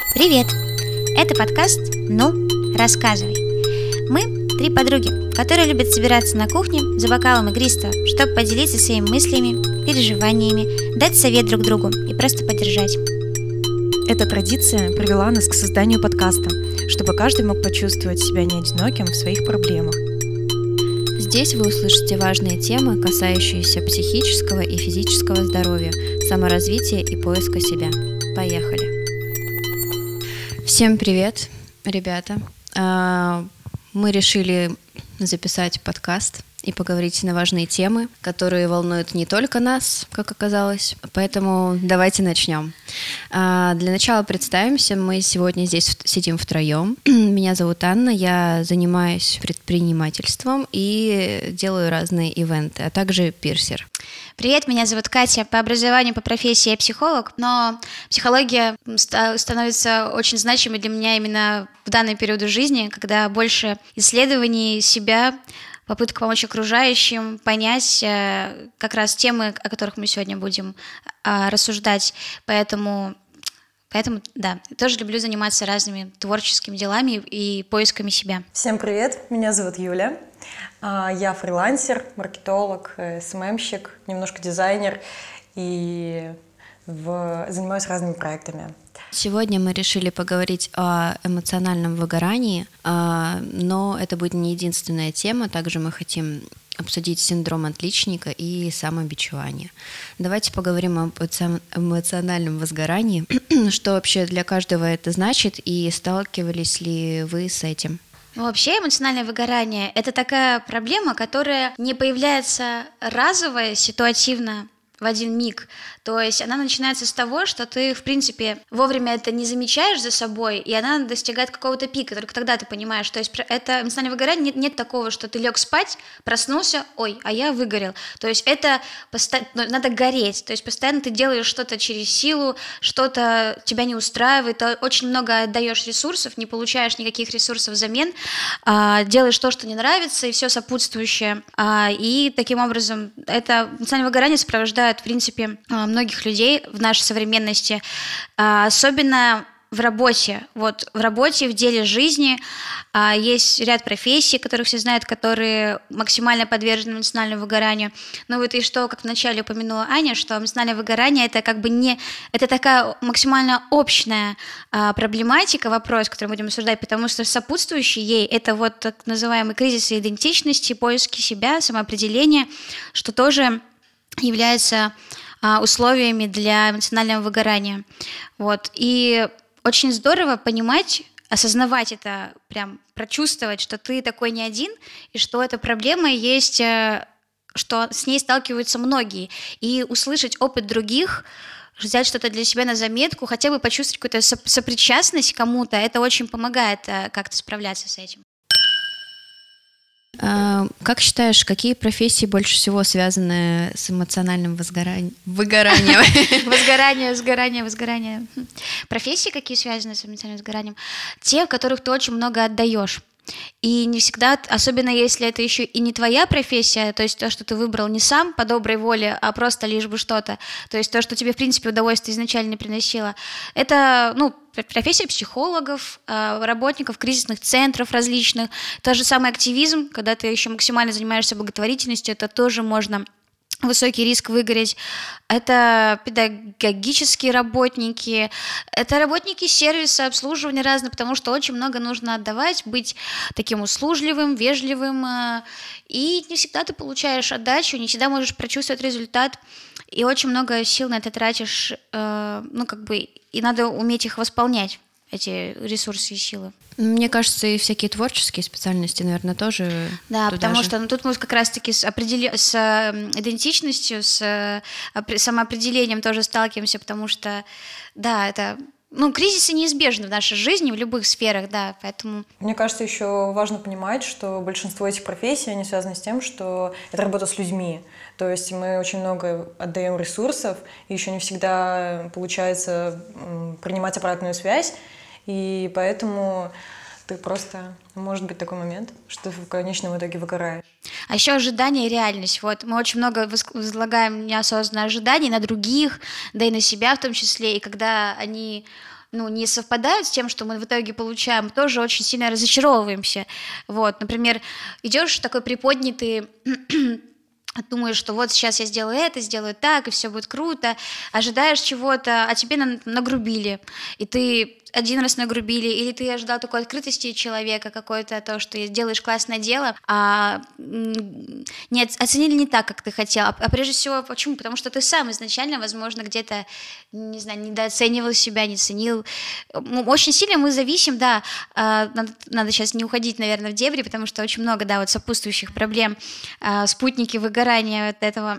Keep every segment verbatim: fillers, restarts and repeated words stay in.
Привет! Это подкаст «Ну, рассказывай». Мы три подруги, которые любят собираться на кухне за бокалом игристого, чтобы поделиться своими мыслями, переживаниями, дать совет друг другу и просто поддержать. Эта традиция привела нас к созданию подкаста, чтобы каждый мог почувствовать себя не одиноким в своих проблемах. Здесь вы услышите важные темы, касающиеся психического и физического здоровья, саморазвития и поиска себя. Поехали! Всем привет, ребята! Мы решили записать подкаст и поговорить на важные темы, которые волнуют не только нас, как оказалось. Поэтому давайте начнем. Для начала представимся. Мы сегодня здесь сидим втроем. Меня зовут Анна, я занимаюсь предпринимательством и делаю разные ивенты, а также пирсер. Привет, меня зовут Катя. По образованию, по профессии я психолог, но психология становится очень значимой для меня именно в данный период жизни, когда больше исследований себя, попытка помочь окружающим, понять как раз темы, о которых мы сегодня будем рассуждать. Поэтому, поэтому да, я тоже люблю заниматься разными творческими делами и поисками себя. Всем привет, меня зовут Юля. Я фрилансер, маркетолог, эс эм эм-щик, немножко дизайнер и в... занимаюсь разными проектами. Сегодня мы решили поговорить о эмоциональном выгорании, но это будет не единственная тема. Также мы хотим обсудить синдром отличника и самобичевание. Давайте поговорим об эмоциональном возгорании. Что вообще для каждого это значит и сталкивались ли вы с этим? Ну, вообще эмоциональное выгорание – это такая проблема, которая не появляется разово, ситуативно, в один миг. То есть она начинается с того, что ты, в принципе, вовремя это не замечаешь за собой, и она достигает какого-то пика, только тогда ты понимаешь. То есть это эмоциональное выгорание, нет, нет такого, что ты лег спать, проснулся, ой, а я выгорел. То есть это посто... надо гореть, то есть постоянно ты делаешь что-то через силу, что-то тебя не устраивает, ты очень много отдаешь ресурсов, не получаешь никаких ресурсов взамен, а, делаешь то, что не нравится, и все сопутствующее. А, и таким образом это эмоциональное выгорание сопровождает, в принципе, многих людей в нашей современности, особенно в работе. Вот в работе, в деле жизни есть ряд профессий, которых все знают, которые максимально подвержены эмоциональному выгоранию. Ну вот и что, как вначале упомянула Аня, что эмоциональное выгорание это как бы не, это такая максимально общная проблематика, вопрос, который мы будем обсуждать, потому что сопутствующий ей это вот так называемый кризис идентичности, поиски себя, самоопределения, что тоже является а, условиями для эмоционального выгорания. Вот. И очень здорово понимать, осознавать это, прям прочувствовать, что ты такой не один, и что эта проблема есть, что с ней сталкиваются многие. И услышать опыт других, взять что-то для себя на заметку, хотя бы почувствовать какую-то сопричастность кому-то, это очень помогает как-то справляться с этим. Как считаешь, какие профессии больше всего связаны с эмоциональным возгоранием? Выгоранием. Возгорание, сгорание, возгорание. Профессии какие связаны с эмоциональным возгоранием? Те, в которых ты очень много отдаешь. И не всегда, особенно если это еще и не твоя профессия, то есть то, что ты выбрал не сам по доброй воле, а просто лишь бы что-то, то есть то, что тебе, в принципе, удовольствие изначально не приносило, это, ну, профессия психологов, работников кризисных центров различных, тот же самый активизм, когда ты еще максимально занимаешься благотворительностью, это тоже можно... Высокий риск выгореть. Это педагогические работники, это работники сервиса, обслуживания разные, потому что очень много нужно отдавать, быть таким услужливым, вежливым, и не всегда ты получаешь отдачу, не всегда можешь прочувствовать результат, и очень много сил на это тратишь, ну как бы, и надо уметь их восполнять, эти ресурсы и силы. Мне кажется, и всякие творческие специальности, наверное, тоже. Да, потому же. Что ну, тут мы как раз-таки с, определи... с идентичностью, с самоопределением тоже сталкиваемся, потому что, да, это... Ну, кризисы неизбежны в нашей жизни, в любых сферах, да, поэтому... Мне кажется, еще важно понимать, что большинство этих профессий, они связаны с тем, что это работа с людьми. То есть мы очень много отдаем ресурсов, и еще не всегда получается принимать обратную связь, и поэтому ты просто... Может быть такой момент, что ты в конечном итоге выгораешь. А еще ожидание и реальность. Вот мы очень много возлагаем неосознанно ожиданий на других, да и на себя в том числе. И когда они ну, не совпадают с тем, что мы в итоге получаем, тоже очень сильно разочаровываемся. Вот, например, идешь такой приподнятый, думаешь, что вот сейчас я сделаю это, сделаю так, и все будет круто, ожидаешь чего-то, а тебе на- нагрубили, и ты один раз нагрубили, или ты ожидал такой открытости человека какой-то, то, что делаешь классное дело, а м, не оц- оценили не так, как ты хотел. А, а прежде всего, почему? Потому что ты сам изначально, возможно, где-то, не знаю, недооценивал себя, не ценил. М, Очень сильно мы зависим, да, а, надо, надо сейчас не уходить, наверное, в дебри, потому что очень много, да, вот сопутствующих проблем, а, спутники выгорания вот этого,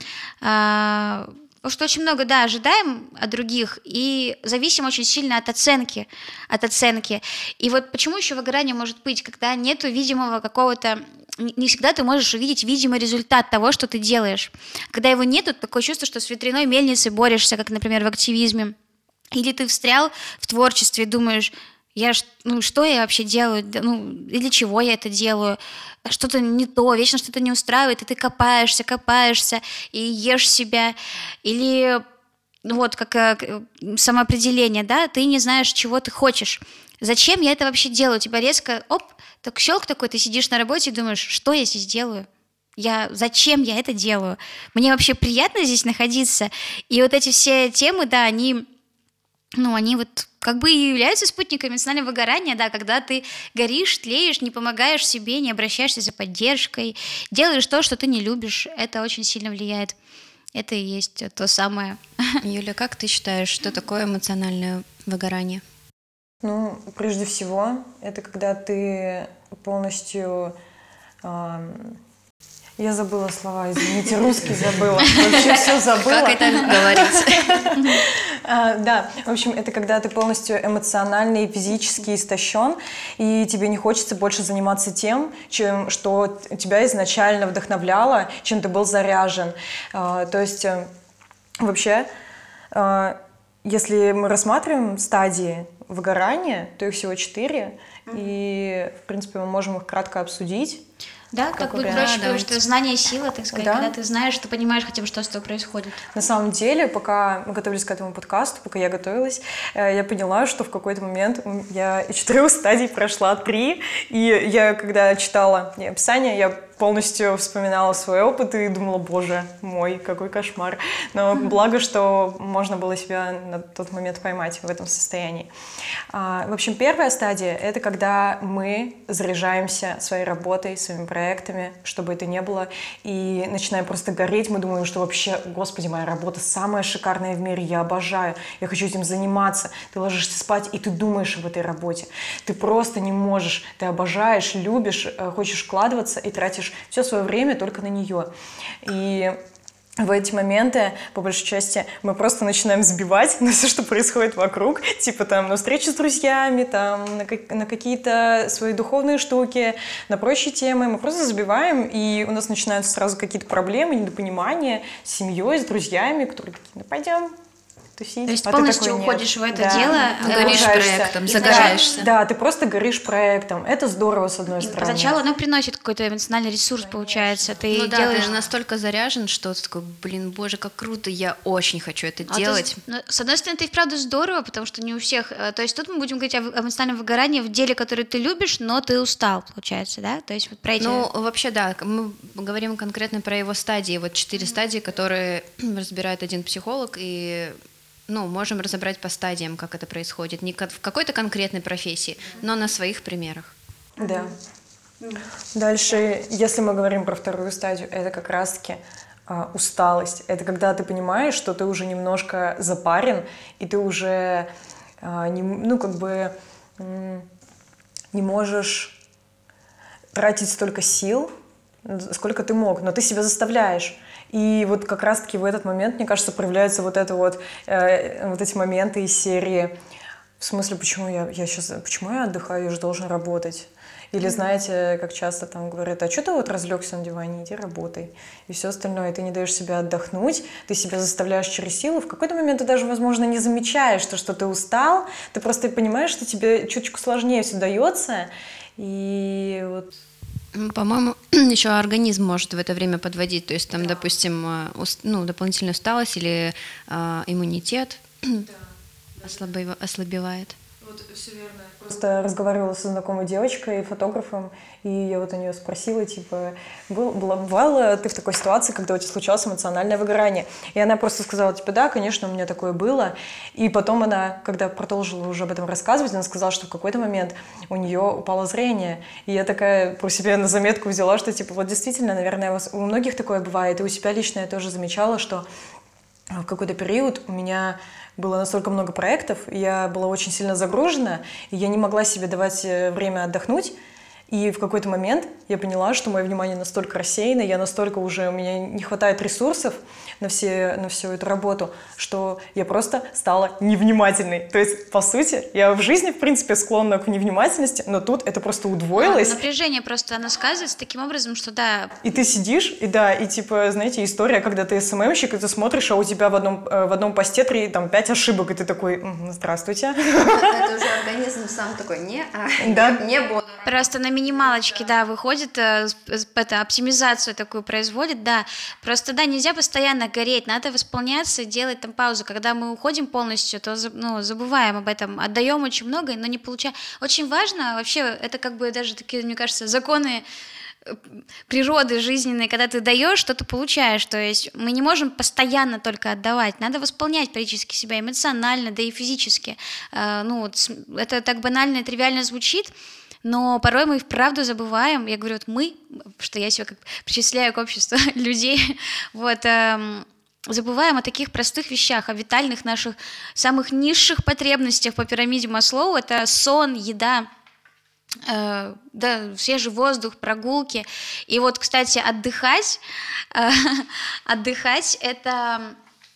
а, потому что очень много, да, ожидаем от других и зависим очень сильно от оценки, от оценки. И вот почему еще выгорание может быть, когда нету видимого какого-то, не не всегда ты можешь увидеть видимый результат того, что ты делаешь. Когда его нету, такое чувство, что с ветряной мельницей борешься, как, например, в активизме. Или ты встрял в творчестве и думаешь, я, ш- ну, что я вообще делаю, Да, ну, и для чего я это делаю, что-то не то, вечно что-то не устраивает, и ты копаешься, копаешься, и ешь себя, или ну, вот как э, к- самоопределение, да, ты не знаешь, чего ты хочешь, зачем я это вообще делаю, у тебя резко, оп, так щелк такой, ты сидишь на работе и думаешь, что я здесь делаю, я, зачем я это делаю, мне вообще приятно здесь находиться, и вот эти все темы, да, они ну, они вот как бы и являются спутниками эмоционального выгорания, да, когда ты горишь, тлеешь, не помогаешь себе, не обращаешься за поддержкой, делаешь то, что ты не любишь, это очень сильно влияет. Это и есть то самое. Юля, как ты считаешь, что такое эмоциональное выгорание? Ну, прежде всего, это когда ты полностью... ам, Я забыла слова, извините, русский забыла. Вообще все забыла. Как это говорится? А, Да, в общем, это когда ты полностью эмоционально и физически истощен, и тебе не хочется больше заниматься тем, чем, что т- тебя изначально вдохновляло, чем ты был заряжен. А, То есть, э, вообще, а, если мы рассматриваем стадии выгорания, то их всего четыре, и, в принципе, мы можем их кратко обсудить. Да, как будет вариант. проще, Да, потому что знание — сила, так сказать, Да. когда ты знаешь, ты понимаешь хотя бы, что с тобой происходит. На самом деле, пока мы готовились к этому подкасту, пока я готовилась, э, я поняла, что в какой-то момент м, я из четырех стадий прошла три, и я, когда читала и описание, я полностью вспоминала свой опыт и думала, боже мой, какой кошмар. Но благо, что можно было себя на тот момент поймать в этом состоянии. А, В общем, первая стадия — это когда мы заряжаемся своей работой, своими проектами, чтобы это не было, и начинаем просто гореть. Мы думаем, что вообще, господи, моя работа самая шикарная в мире, я обожаю, я хочу этим заниматься. Ты ложишься спать, и ты думаешь об этой работе. Ты просто не можешь, ты обожаешь, любишь, э, хочешь вкладываться и тратишь все свое время только на нее. И в эти моменты, по большей части, мы просто начинаем сбивать на все, что происходит вокруг, типа там на встречи с друзьями, там на, как- на какие-то свои духовные штуки, на прочие темы. Мы просто забиваем, и у нас начинаются сразу какие-то проблемы, недопонимания с семьей, с друзьями, которые такие, ну пойдем тусить. То есть А ты полностью такой, нет. уходишь в это Да. дело, Ты а, Горишь погружаешься. проектом, И загораешься. Да, ты просто горишь проектом. Это здорово, с одной И стороны. поначалу оно приносит какой-то эмоциональный ресурс, получается. Ты Ну да, делаешь... ты настолько заряжен, что ты такой, блин, боже, как круто, я очень хочу это А делать. то, ну, с одной стороны, это и вправду здорово, потому что не у всех... э, То есть тут мы будем говорить о в- эмоциональном выгорании в деле, которое ты любишь, но ты устал, получается, да? То есть вот про эти... Ну, вообще, да, мы говорим конкретно про его стадии. Вот четыре стадии, которые разбирает один психолог, и ну, можем разобрать по стадиям, как это происходит. Не ко- в какой-то конкретной профессии, но на своих примерах. Да. Дальше, если мы говорим про вторую стадию, это как раз-таки а, усталость. Это когда ты понимаешь, что ты уже немножко запарен, и ты уже, а, не, ну, как бы м, не можешь тратить столько сил, сколько ты мог, но ты себя заставляешь. И вот как раз-таки в этот момент, мне кажется, проявляются вот, это вот, э, вот эти моменты из серии «В смысле, почему я, я сейчас, почему я отдыхаю, я же должен работать?» Или, знаете, как часто там говорят, а что ты вот разлегся на диване, иди работай. И все остальное, ты не даешь себе отдохнуть, ты себя заставляешь через силу. В какой-то момент ты даже, возможно, не замечаешь, то, что ты устал, ты просто понимаешь, что тебе чуточку сложнее все дается. И вот... М, По-моему, еще организм может в это время подводить, то есть там, допустим, э, ус- ну, дополнительная усталость или э, иммунитет. Ослабева- ослабевает. Вот все верно. Просто разговаривала со знакомой девочкой, фотографом, и я вот у нее спросила, типа, был, была, бывала ты в такой ситуации, когда у тебя случалось эмоциональное выгорание? И она просто сказала, типа, да, конечно, у меня такое было. И потом она, когда продолжила уже об этом рассказывать, она сказала, что в какой-то момент у нее упало зрение. И я такая про себя на заметку взяла, что, типа, вот действительно, наверное, у, вас, у многих такое бывает. И у себя лично я тоже замечала, что в какой-то период у меня было настолько много проектов, я была очень сильно загружена, и я не могла себе давать время отдохнуть. И в какой-то момент я поняла, что мое внимание настолько рассеяно, я настолько уже, у меня не хватает ресурсов на, все, на всю эту работу, что я просто стала невнимательной. То есть, по сути, я в жизни, в принципе, склонна к невнимательности, но тут это просто удвоилось. А, напряжение просто, оно сказывается таким образом, что да. И ты сидишь, и да, и типа, знаете, история, когда ты эс эм эм-щик, и ты смотришь, а у тебя в одном, в одном посте три, там, пять ошибок, и ты такой, здравствуйте. Это уже организм сам такой, не, не буду. Просто на минималочке, да, выходит, это, оптимизацию такую производит, да. Просто, да, нельзя постоянно гореть, надо восполняться, делать там паузу. Когда мы уходим полностью, то, ну, забываем об этом, отдаем очень много, но не получаем. Очень важно, вообще, это как бы даже такие, мне кажется, законы природы жизненной, когда ты даешь, что ты получаешь. То есть мы не можем постоянно только отдавать, надо восполнять периодически себя эмоционально, да и физически. Ну, вот это так банально и тривиально звучит, но порой мы вправду забываем, я говорю, вот мы, что я себя как причисляю к обществу людей, вот, эм, забываем о таких простых вещах, о витальных наших самых низших потребностях по пирамиде Маслоу, это сон, еда, э, да, свежий воздух, прогулки. И вот, кстати, отдыхать, э, отдыхать это...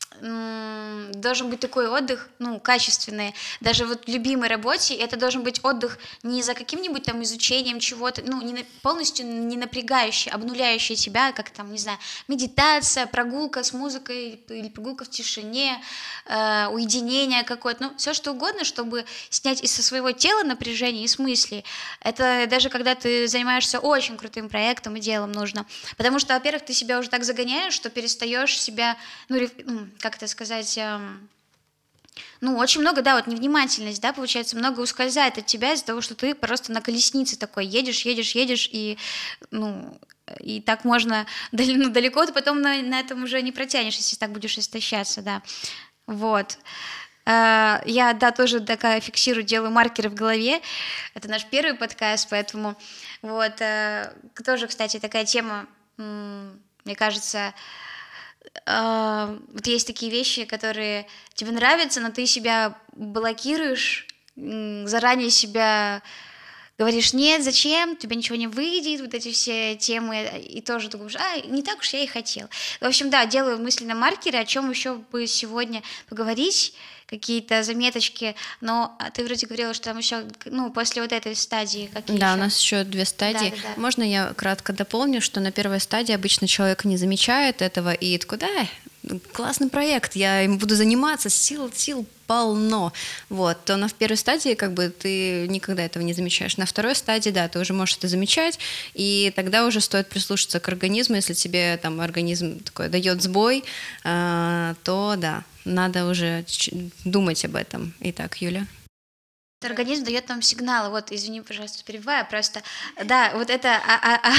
должен быть такой отдых, ну, качественный, даже вот в любимой работе, это должен быть отдых не за каким-нибудь там изучением чего-то, ну, не на, полностью не напрягающий, обнуляющий тебя, как там, не знаю, медитация, прогулка с музыкой или прогулка в тишине, э, уединение какое-то, ну, все что угодно, чтобы снять и со своего тела напряжение, и с мыслей. Это даже когда ты занимаешься очень крутым проектом и делом нужно, потому что, во-первых, ты себя уже так загоняешь, что перестаешь себя, ну, реф, ну как это сказать, эм, ну, очень много, да, вот невнимательность, да, получается, много ускользает от тебя из-за того, что ты просто на колеснице такой едешь, едешь, едешь, и, ну, и так можно дал- ну, далеко, ты потом на, на этом уже не протянешь, если так будешь истощаться, да, вот. Э, Я, да, тоже такая фиксирую, делаю маркеры в голове, это наш первый подкаст, поэтому, вот, э, тоже, кстати, такая тема, м, мне кажется, Uh, вот есть такие вещи, которые тебе нравятся, но ты себя блокируешь, заранее себя говоришь, нет, зачем, тебе ничего не выйдет, вот эти все темы, и тоже думаешь, а, не так уж я и хотел. В общем, да, делаю мысленно маркеры, о чем еще бы сегодня поговорить, какие-то заметочки, но ты вроде говорила, что там еще, ну, после вот этой стадии какие Да, еще? У нас еще две стадии. Да, да, да. Можно я кратко дополню, что на первой стадии обычно человек не замечает этого и такой, да, классный проект, я им буду заниматься, сил, сил полно. Вот, то на первой стадии как бы ты никогда этого не замечаешь. На второй стадии, да, ты уже можешь это замечать, и тогда уже стоит прислушаться к организму. Если тебе там организм такой дает сбой, э, то да, надо уже думать об этом. Итак, Юля. Организм дает нам сигналы. Вот, извини, пожалуйста, перебиваю, просто, да, вот это а, а,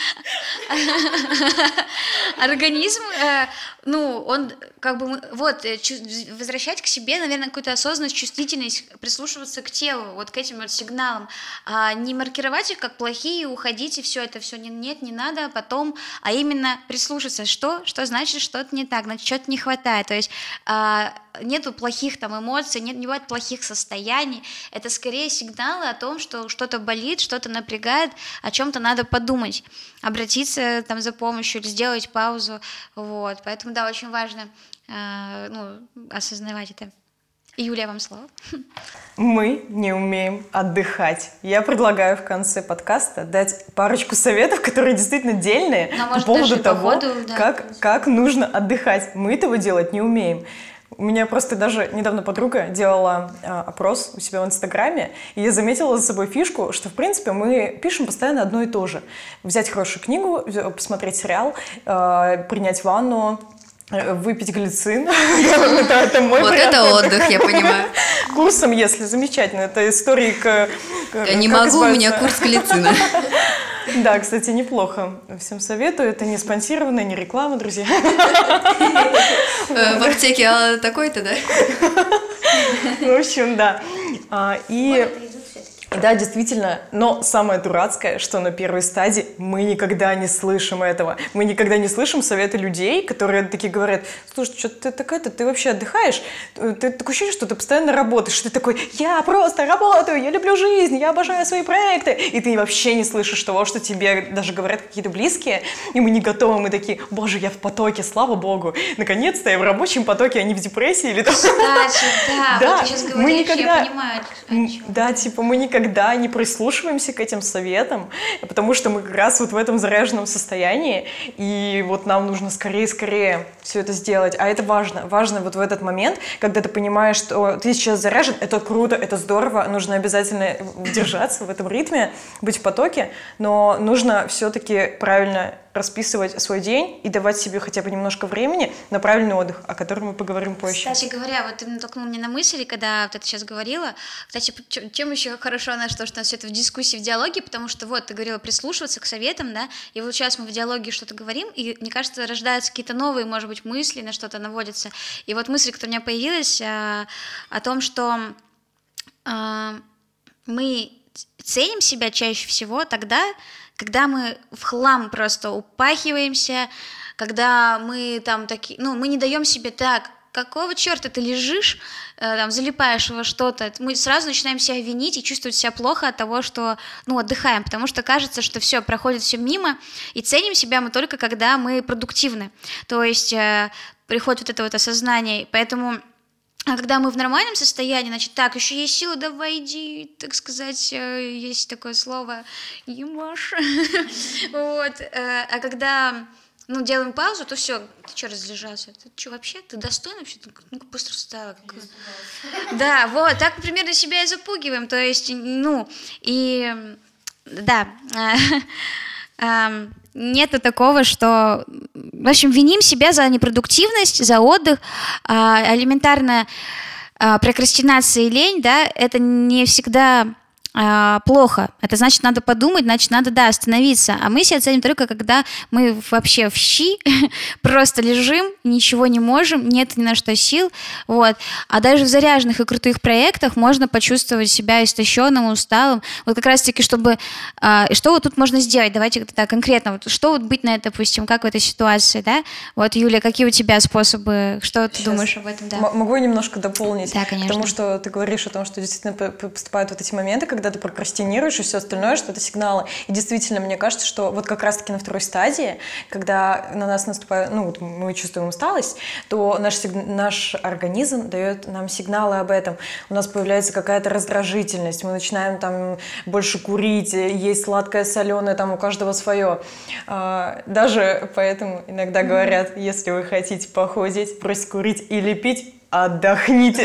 а, организм, э, ну, он как бы, мы, вот, чу- возвращать к себе, наверное, какую-то осознанность, чувствительность, прислушиваться к телу, вот к этим вот сигналам, а не маркировать их как плохие, уходить и все это, все нет, не надо, потом, а именно прислушаться, что, что значит что-то не так, значит, что-то не хватает, то есть а, нету плохих там эмоций, нет, не бывает плохих состояний. Это скорее сигналы о том, что что-то болит, что-то напрягает, о чем-то надо подумать, обратиться там за помощью или сделать паузу. Вот. Поэтому, да, очень важно э, ну, осознавать это. Юлия, вам слово. Мы не умеем отдыхать. Я предлагаю в конце подкаста дать парочку советов, которые действительно дельные Но, по может, поводу даже по того, ходу, да, как, как нужно отдыхать. Мы этого делать не умеем. У меня просто даже недавно подруга делала э, опрос у себя в Инстаграме, и я заметила за собой фишку, что, в принципе, мы пишем постоянно одно и то же. Взять хорошую книгу, посмотреть сериал, э, принять ванну, Выпить глицин. Это мой Вот это отдых, я понимаю. Курсом, если замечательно. Это истории к... Я не могу, у меня курс глицина. Да, кстати, неплохо. Всем советую. Это не спонсированная, не реклама, друзья. В аптеке а такой-то, да? В общем, да. И... Да, действительно, но самое дурацкое, что на первой стадии мы никогда не слышим этого. Мы никогда не слышим советы людей, которые такие говорят: слушай, что ты такая-то, ты вообще отдыхаешь? Ты такое ощущение, что ты постоянно работаешь. Ты такой: я просто работаю, я люблю жизнь, я обожаю свои проекты. И ты вообще не слышишь того, что тебе даже говорят какие-то близкие, и мы не готовы, мы такие: боже, я в потоке, слава богу. Наконец-то я в рабочем потоке, а не в депрессии или там. Кстати, да, Да, вот ты сейчас мы говоришь, никогда- я понимаю. о М, чём. Да, типа мы никогда не прислушиваемся к этим советам, потому что мы как раз вот в этом заряженном состоянии, и вот нам нужно скорее-скорее все это сделать. А это важно. Важно вот в этот момент, когда ты понимаешь, что ты сейчас заряжен, это круто, это здорово, нужно обязательно держаться в этом ритме, быть в потоке, но нужно все-таки правильно расписывать свой день и давать себе хотя бы немножко времени на правильный отдых, о котором мы поговорим позже. Кстати говоря, вот ты натолкнул меня на мысли, когда вот это сейчас говорила. Кстати, ч- чем еще хорошо наш то, что у нас все это в дискуссии, в диалоге, потому что вот ты говорила прислушиваться к советам, да, и вот сейчас мы в диалоге что-то говорим, и мне кажется, рождаются какие-то новые, может быть, мысли, на что-то наводятся. И вот мысль, которая у меня появилась, а, о том, что а, мы ценим себя чаще всего тогда, когда мы в хлам просто упахиваемся, когда мы там такие, ну, мы не даем себе: так, какого черта ты лежишь, э, там, залипаешь во что-то, мы сразу начинаем себя винить и чувствовать себя плохо от того, что, ну, отдыхаем, потому что кажется, что все, проходит все мимо, и ценим себя мы только когда мы продуктивны, то есть э, приходит вот это вот осознание, поэтому... А когда мы в нормальном состоянии, значит, так, еще есть силы, давай иди, так сказать, э, есть такое слово, ебашь. Вот. э, А когда, ну, делаем паузу, то все, ты что разлежался? Ты что, вообще? Ты достойна вообще? Ну-ка, быстро встала. Да, вот, так примерно себя и запугиваем, то есть, ну, и, да, эм, нету такого, что, в общем, виним себя за непродуктивность, за отдых, а, элементарная а, прокрастинация и лень, да, это не всегда а, плохо. Это значит, надо подумать, значит, надо, да, остановиться. А мы себя ценим только, когда мы вообще в щи, просто лежим, ничего не можем, нет ни на что сил, вот. А даже в заряженных и крутых проектах можно почувствовать себя истощенным, усталым. Вот как раз-таки, чтобы... а, и что вот тут можно сделать? Давайте как-то конкретно. Вот что вот быть на это, допустим, как в этой ситуации, да? Вот, Юля, какие у тебя способы? Что ты Сейчас. думаешь об этом? Да. М- Могу немножко дополнить, Да, конечно. потому что ты говоришь о том, что действительно п- п- поступают вот эти моменты, когда ты прокрастинируешь и все остальное, что это сигналы. И действительно, мне кажется, что вот как раз-таки на второй стадии, когда на нас наступает, ну, вот мы чувствуем усталость, то наш, сиг- наш организм дает нам сигналы об этом. У нас появляется какая-то раздражительность, мы начинаем там больше курить, есть сладкое, соленое, там у каждого свое. А, даже поэтому иногда говорят, если вы хотите похудеть, бросить курить или пить, отдохните.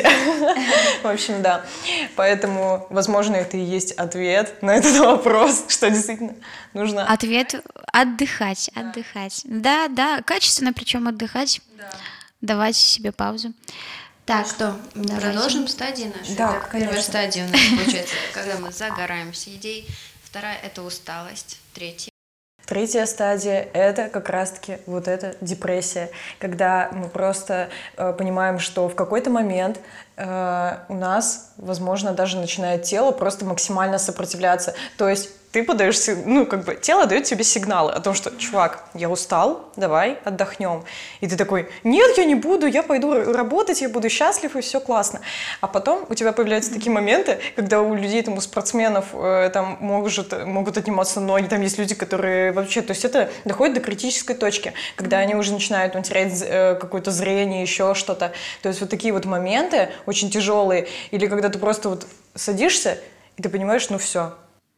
В общем, да. Поэтому, возможно, это и есть ответ на этот вопрос, что действительно нужно... Ответ — отдыхать, отдыхать. Да, да, качественно причем отдыхать, давать себе паузу. Так, что, давайте. продолжим стадии наши? Да, Так, конечно. первая стадия у нас получается, когда мы загораемся идей. Вторая — это усталость. Третья. Третья стадия — это как раз-таки вот эта депрессия, когда мы просто э, понимаем, что в какой-то момент э, у нас, возможно, даже начинает тело просто максимально сопротивляться. То есть ты подаешь, си- ну, как бы тело дает тебе сигналы о том, что, чувак, я устал, давай отдохнем. И ты такой: нет, я не буду, я пойду р- работать, я буду счастлив, и все классно. А потом у тебя появляются такие моменты, когда у людей, там, у спортсменов э, там может, могут отниматься ноги, там есть люди, которые вообще, то есть это доходит до критической точки, когда они уже начинают ну, терять э, какое-то зрение, еще что-то. То есть вот такие вот моменты очень тяжелые. Или когда ты просто вот садишься, и ты понимаешь, ну все,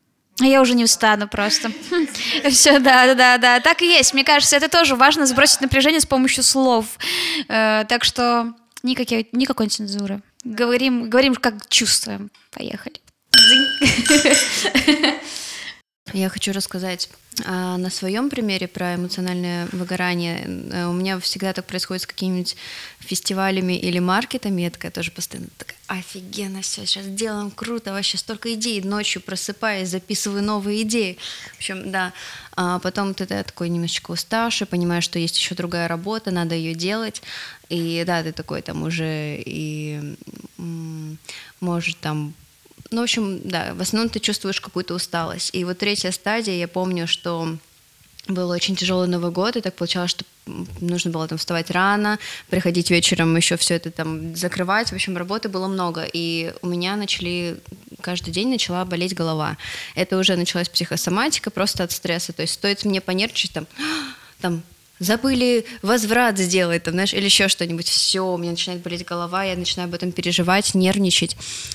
Я уже не встану просто. Все, да, да, да, да. Так и есть. Мне кажется, это тоже важно — сбросить напряжение с помощью слов. Э, Так что никакой, никакой цензуры. Говорим, говорим, как чувствуем. Поехали. Я хочу рассказать а, на своем примере про эмоциональное выгорание. У меня всегда так происходит с какими-нибудь фестивалями или маркетами. Я такая тоже постоянно такая: офигенно, все, сейчас делаем, круто, вообще столько идей. Ночью просыпаюсь, записываю новые идеи. В общем, да. А потом ты такой немножечко уставший, понимаешь, что есть еще другая работа, надо ее делать. И да, ты такой там уже и м- может там... Ну, в общем, да, в основном ты чувствуешь какую-то усталость. И вот третья стадия, я помню, что был очень тяжелый Новый год, и так получалось, что нужно было там вставать рано, приходить вечером, еще все это там закрывать. В общем, работы было много. И у меня начали, каждый день начала болеть голова. Это уже началась психосоматика просто от стресса. То есть стоит мне понервничать, там, там забыли возврат сделать, там, знаешь, или еще что-нибудь, все, у меня начинает болеть голова, я начинаю об этом переживать, нервничать.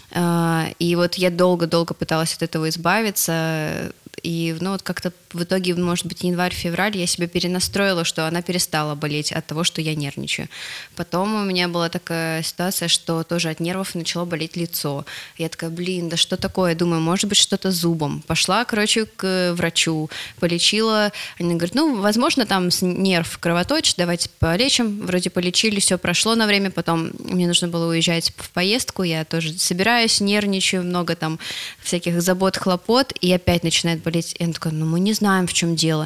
И вот я долго-долго пыталась от этого избавиться, и, ну, вот как-то в итоге, может быть, январь-февраль я себя перенастроила, что она перестала болеть от того, что я нервничаю. Потом у меня была такая ситуация, что тоже от нервов начало болеть лицо. Я такая: блин, да что такое? Думаю, может быть, что-то с зубом. Пошла, короче, к врачу, полечила. Они говорят: ну, возможно, там нерв кровоточит, давайте полечим. Вроде полечили, все прошло на время, потом мне нужно было уезжать в поездку, я тоже собираюсь, нервничаю, много там всяких забот, хлопот, и опять начинает болеть. И она такая: ну, мы не знаем, в чем дело.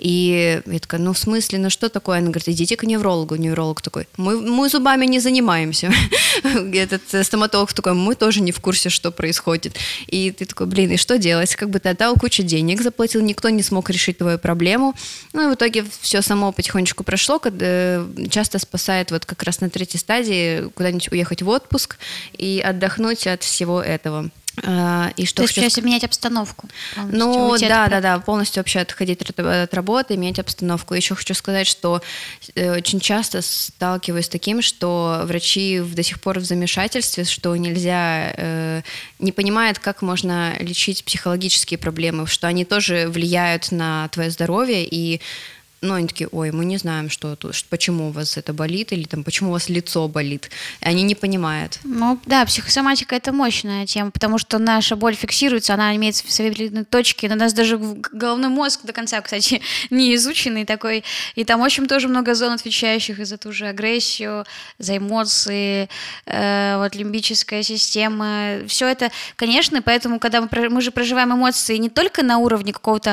И я такая: ну, в смысле, ну, что такое? Она говорит: идите к неврологу. Невролог такой: мы, мы зубами не занимаемся. Этот стоматолог такой: мы тоже не в курсе, что происходит. И ты такой: блин, и что делать? Как бы ты отдал кучу денег, заплатил, никто не смог решить твою проблему. Ну, и в итоге все само потихонечку прошло. Часто спасает вот как раз на третьей стадии куда-нибудь уехать в отпуск и отдохнуть от всего этого. И что То есть, сейчас менять обстановку. Ну, да, от... да, да, полностью вообще отходить от, от работы, менять обстановку. Еще хочу сказать, что очень часто сталкиваюсь с таким, что врачи до сих пор в замешательстве, что нельзя, э, не понимают, как можно лечить психологические проблемы, что они тоже влияют на твое здоровье, и ну, они такие: ой, мы не знаем, что тут, почему у вас это болит, или там, почему у вас лицо болит. И они не понимают. Ну, да, психосоматика — это мощная тема, потому что наша боль фиксируется, она имеет свои определенные точки, но у нас даже головной мозг до конца, кстати, не изученный такой, и там, в общем, тоже много зон, отвечающих за ту же агрессию, за эмоции, э, вот лимбическая система, все это, конечно, поэтому, когда мы, мы же проживаем эмоции не только на уровне какого-то,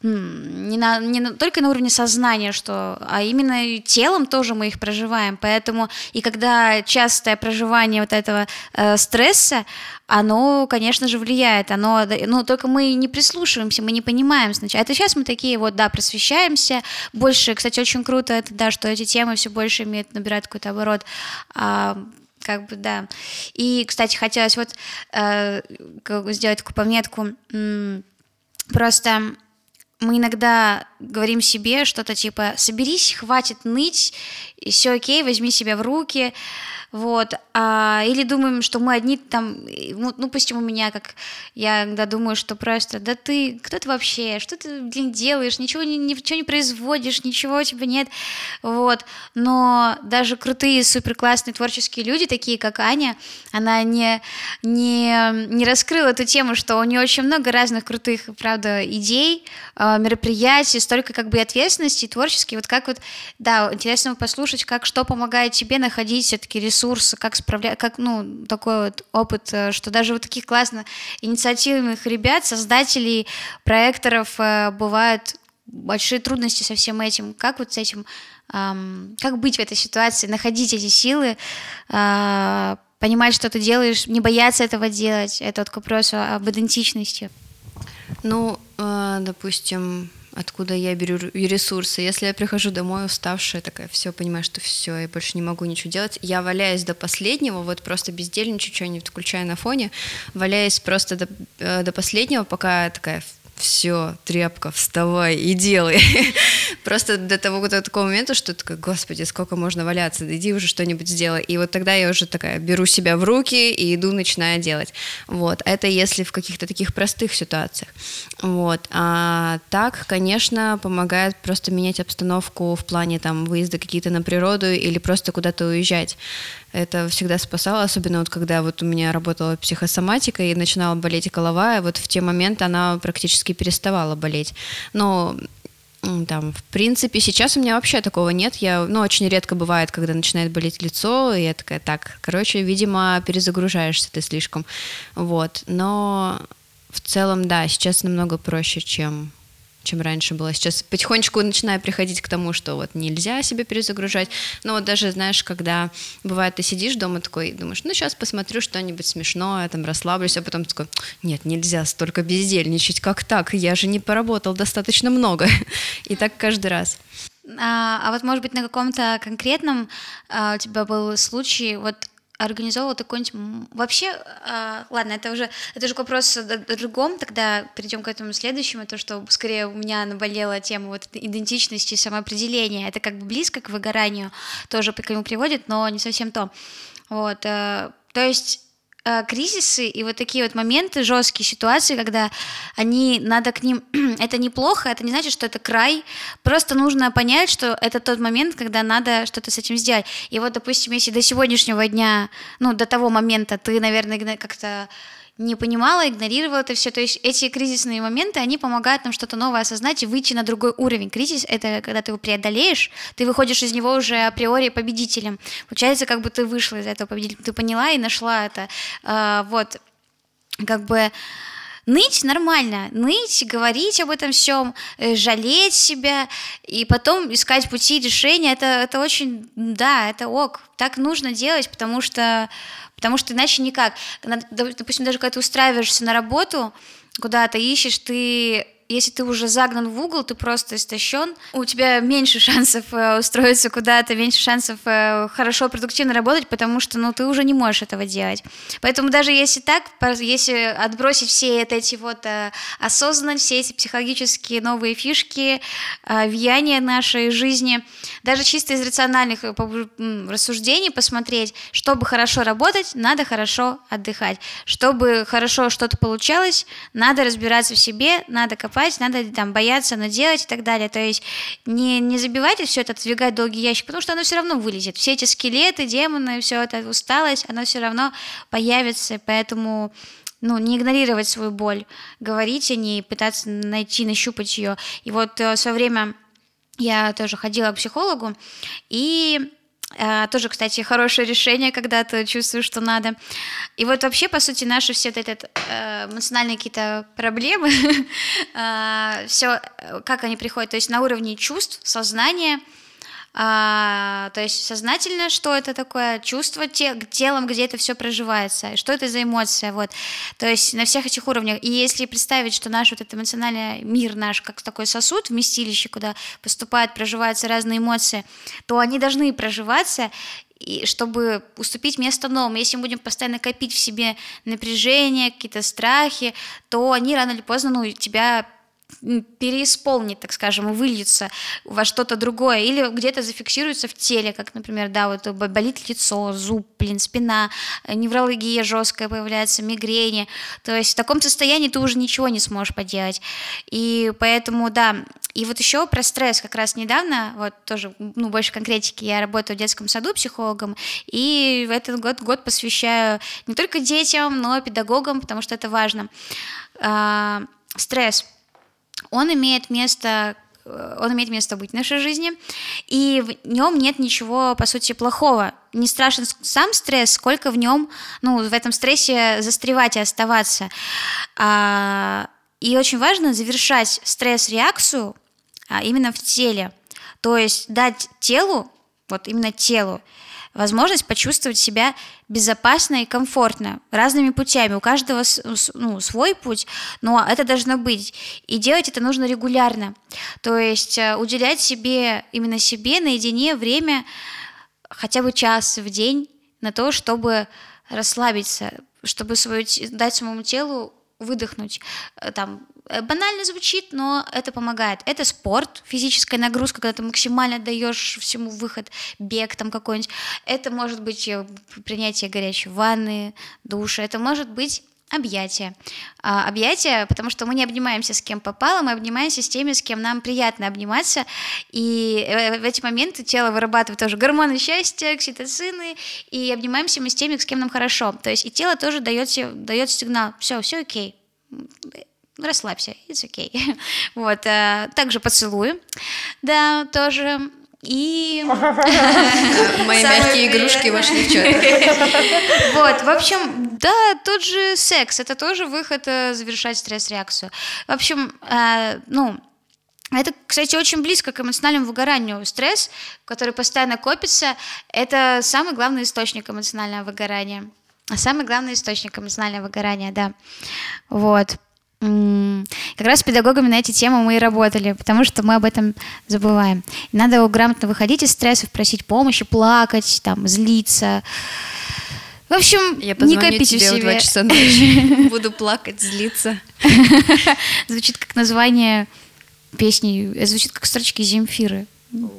не, на, не на, только на уровне сознания, что, а именно телом тоже мы их проживаем, поэтому и когда частое проживание вот этого э, стресса, оно, конечно же, влияет, оно, ну, только мы не прислушиваемся, мы не понимаем сначала. Это сейчас мы такие вот, да, просвещаемся, больше, кстати, очень круто это, да, что эти темы все больше имеют, набирают какой-то оборот, а, как бы, да. И, кстати, хотелось вот э, сделать такую пометку, м- просто... Мы иногда говорим себе что-то типа: соберись, хватит ныть, и все окей, возьми себя в руки, вот, а, или думаем, что мы одни там, ну, ну, пусть у меня, как я иногда думаю, что просто: да ты, кто ты вообще, что ты, блин, делаешь, ничего, ни, ничего не производишь, ничего у тебя нет, вот, но даже крутые, суперклассные творческие люди, такие как Аня, она не, не, не раскрыла эту тему, что у нее очень много разных крутых, правда, идей, мероприятий, столько как бы ответственности творческие, вот как вот, да, интересно послушать, как что помогает тебе находить все-таки ресурсы, как справляться, как, ну, такой вот опыт, что даже вот таких классно инициативных ребят, создателей, проекторов, бывают большие трудности со всем этим, как вот с этим, эм, как быть в этой ситуации, находить эти силы, э, понимать, что ты делаешь, не бояться этого делать, это вот к вопросу об идентичности. Ну, э, допустим, откуда я беру ресурсы. Если я прихожу домой уставшая, такая, все, понимаю, что все, я больше не могу ничего делать, я валяюсь до последнего, вот просто бездельничаю, что-нибудь включаю на фоне, валяюсь просто до, э, до последнего, пока такая: все, тряпка, вставай и делай. Просто до того до такого момента, что такая: господи, сколько можно валяться, иди уже что-нибудь сделай. И вот тогда я уже такая беру себя в руки и иду, начинаю делать. Вот. Это если в каких-то таких простых ситуациях. Вот. А так, конечно, помогает просто менять обстановку в плане там выезда какие-то на природу или просто куда-то уезжать. Это всегда спасало, особенно вот когда вот у меня работала психосоматика и начинала болеть голова, и вот в те моменты она практически переставала болеть. Но там, в принципе, сейчас у меня вообще такого нет. Я, ну, очень редко бывает, когда начинает болеть лицо, и я такая, так, короче, видимо, перезагружаешься ты слишком. Вот. Но в целом, да, сейчас намного проще, чем, чем раньше было. Сейчас потихонечку начинаю приходить к тому, что вот нельзя себя перезагружать. Но вот даже, знаешь, когда бывает, ты сидишь дома такой, думаешь, ну, сейчас посмотрю что-нибудь смешное, там, расслаблюсь, а потом такой, нет, нельзя столько бездельничать, как так? Я же не поработал достаточно много. И так каждый раз. А, а вот, может быть, на каком-то конкретном а, у тебя был случай, вот организовывал такой-нибудь... Вообще, э, ладно, это уже, это уже вопрос о другом, тогда перейдем к этому следующему, то, что скорее у меня наболела тема вот идентичности и самоопределения. Это как бы близко к выгоранию, тоже к нему приводит, но не совсем то. Вот, э, то есть э, кризисы и вот такие вот моменты, жесткие ситуации, когда они, надо к ним... это неплохо, это не значит, что это край, просто нужно понять, что это тот момент, когда надо что-то с этим сделать. И вот, допустим, если до сегодняшнего дня, ну, до того момента ты, наверное, как-то не понимала, игнорировала это все. То есть эти кризисные моменты, они помогают нам что-то новое осознать и выйти на другой уровень. Кризис — это когда ты его преодолеешь, ты выходишь из него уже априори победителем. Получается, как бы ты вышла из этого победителя, ты поняла и нашла это. А, вот, как бы... Ныть нормально, ныть, говорить об этом всем, жалеть себя и потом искать пути решения, это, это очень, да, это ок, так нужно делать, потому что, потому что иначе никак. Допустим, даже когда ты устраиваешься на работу, куда ты ищешь, ты... Если ты уже загнан в угол, ты просто истощен, у тебя меньше шансов э, устроиться куда-то, меньше шансов э, хорошо, продуктивно работать, потому что, ну, ты уже не можешь этого делать. Поэтому даже если так, если отбросить все эти вот э, осознанность, все эти психологические новые фишки, э, влияния нашей жизни, даже чисто из рациональных рассуждений посмотреть, чтобы хорошо работать, надо хорошо отдыхать. Чтобы хорошо что-то получалось, надо разбираться в себе, надо копать, надо там бояться, но делать и так далее. То есть не, не забивать все это, отодвигать долгий ящик, потому что оно все равно вылезет. Все эти скелеты, демоны, все это, усталость, оно все равно появится. Поэтому ну, не игнорировать свою боль, говорить о ней, пытаться найти, нащупать ее. И вот в свое время я тоже ходила к психологу, и Uh, тоже, кстати, хорошее решение, когда ты чувствуешь, что надо. И вот вообще, по сути, наши все вот эти uh, эмоциональные какие-то проблемы, uh, все, как они приходят, то есть на уровне чувств, сознания, Uh, то есть сознательно, что это такое, чувство те, телом, где это все проживается, что это за эмоция, вот. То есть на всех этих уровнях. И если представить, что наш вот этот эмоциональный мир наш, как такой сосуд, вместилище, куда поступают, проживаются разные эмоции, то они должны проживаться, и чтобы уступить место новому. Если мы будем постоянно копить в себе напряжение, какие-то страхи, то они рано или поздно, ну, тебя переисполнит, так скажем, и выльется во что-то другое, или где-то зафиксируется в теле, как, например, да, вот болит лицо, зуб, блин, спина, невралгия жесткая появляется, мигрени, то есть в таком состоянии ты уже ничего не сможешь поделать, и поэтому, да, и вот еще про стресс, как раз недавно, вот тоже, ну, больше конкретики, я работаю в детском саду психологом, и в этот год, год посвящаю не только детям, но и педагогам, потому что это важно. А, стресс. Он имеет место, он имеет место быть в нашей жизни, и в нем нет ничего, по сути, плохого. Не страшен сам стресс, сколько в нем, ну, в этом стрессе застревать и оставаться. И очень важно завершать стресс-реакцию именно в теле, то есть дать телу, вот именно телу, возможность почувствовать себя безопасно и комфортно разными путями. У каждого ну, свой путь, но это должно быть. И делать это нужно регулярно. То есть уделять себе, именно себе наедине время хотя бы час в день на то, чтобы расслабиться, чтобы свое, дать своему телу выдохнуть. Там банально звучит, но это помогает. Это спорт, физическая нагрузка, когда ты максимально даешь всему выход, бег там какой-нибудь. Это может быть принятие горячей ванны, душа. Это может быть объятия. А, объятия, потому что мы не обнимаемся с кем попало, мы обнимаемся с теми, с кем нам приятно обниматься, и в эти моменты тело вырабатывает тоже гормоны счастья, окситоцины, и обнимаемся мы с теми, с кем нам хорошо. То есть и тело тоже дает, дает сигнал: все, все окей, расслабься, it's okay. Вот, а, также поцелуи, да, тоже. И мои мягкие игрушки вошли в чат. Вот, в общем, да, тот же секс, это тоже выход завершать стресс-реакцию. В общем, ну, это, кстати, очень близко к эмоциональному выгоранию. Стресс, который постоянно копится, это самый главный источник эмоционального выгорания. Самый главный источник эмоционального выгорания, да. Вот. Как раз с педагогами на эти темы мы и работали, потому что мы об этом забываем. И надо грамотно выходить из стрессов, просить помощи, плакать, там, злиться. В общем, я не копите в себе. Я позвоню тебе в два часа ночи, буду плакать, злиться. Звучит как название песни, звучит как строчки Земфиры.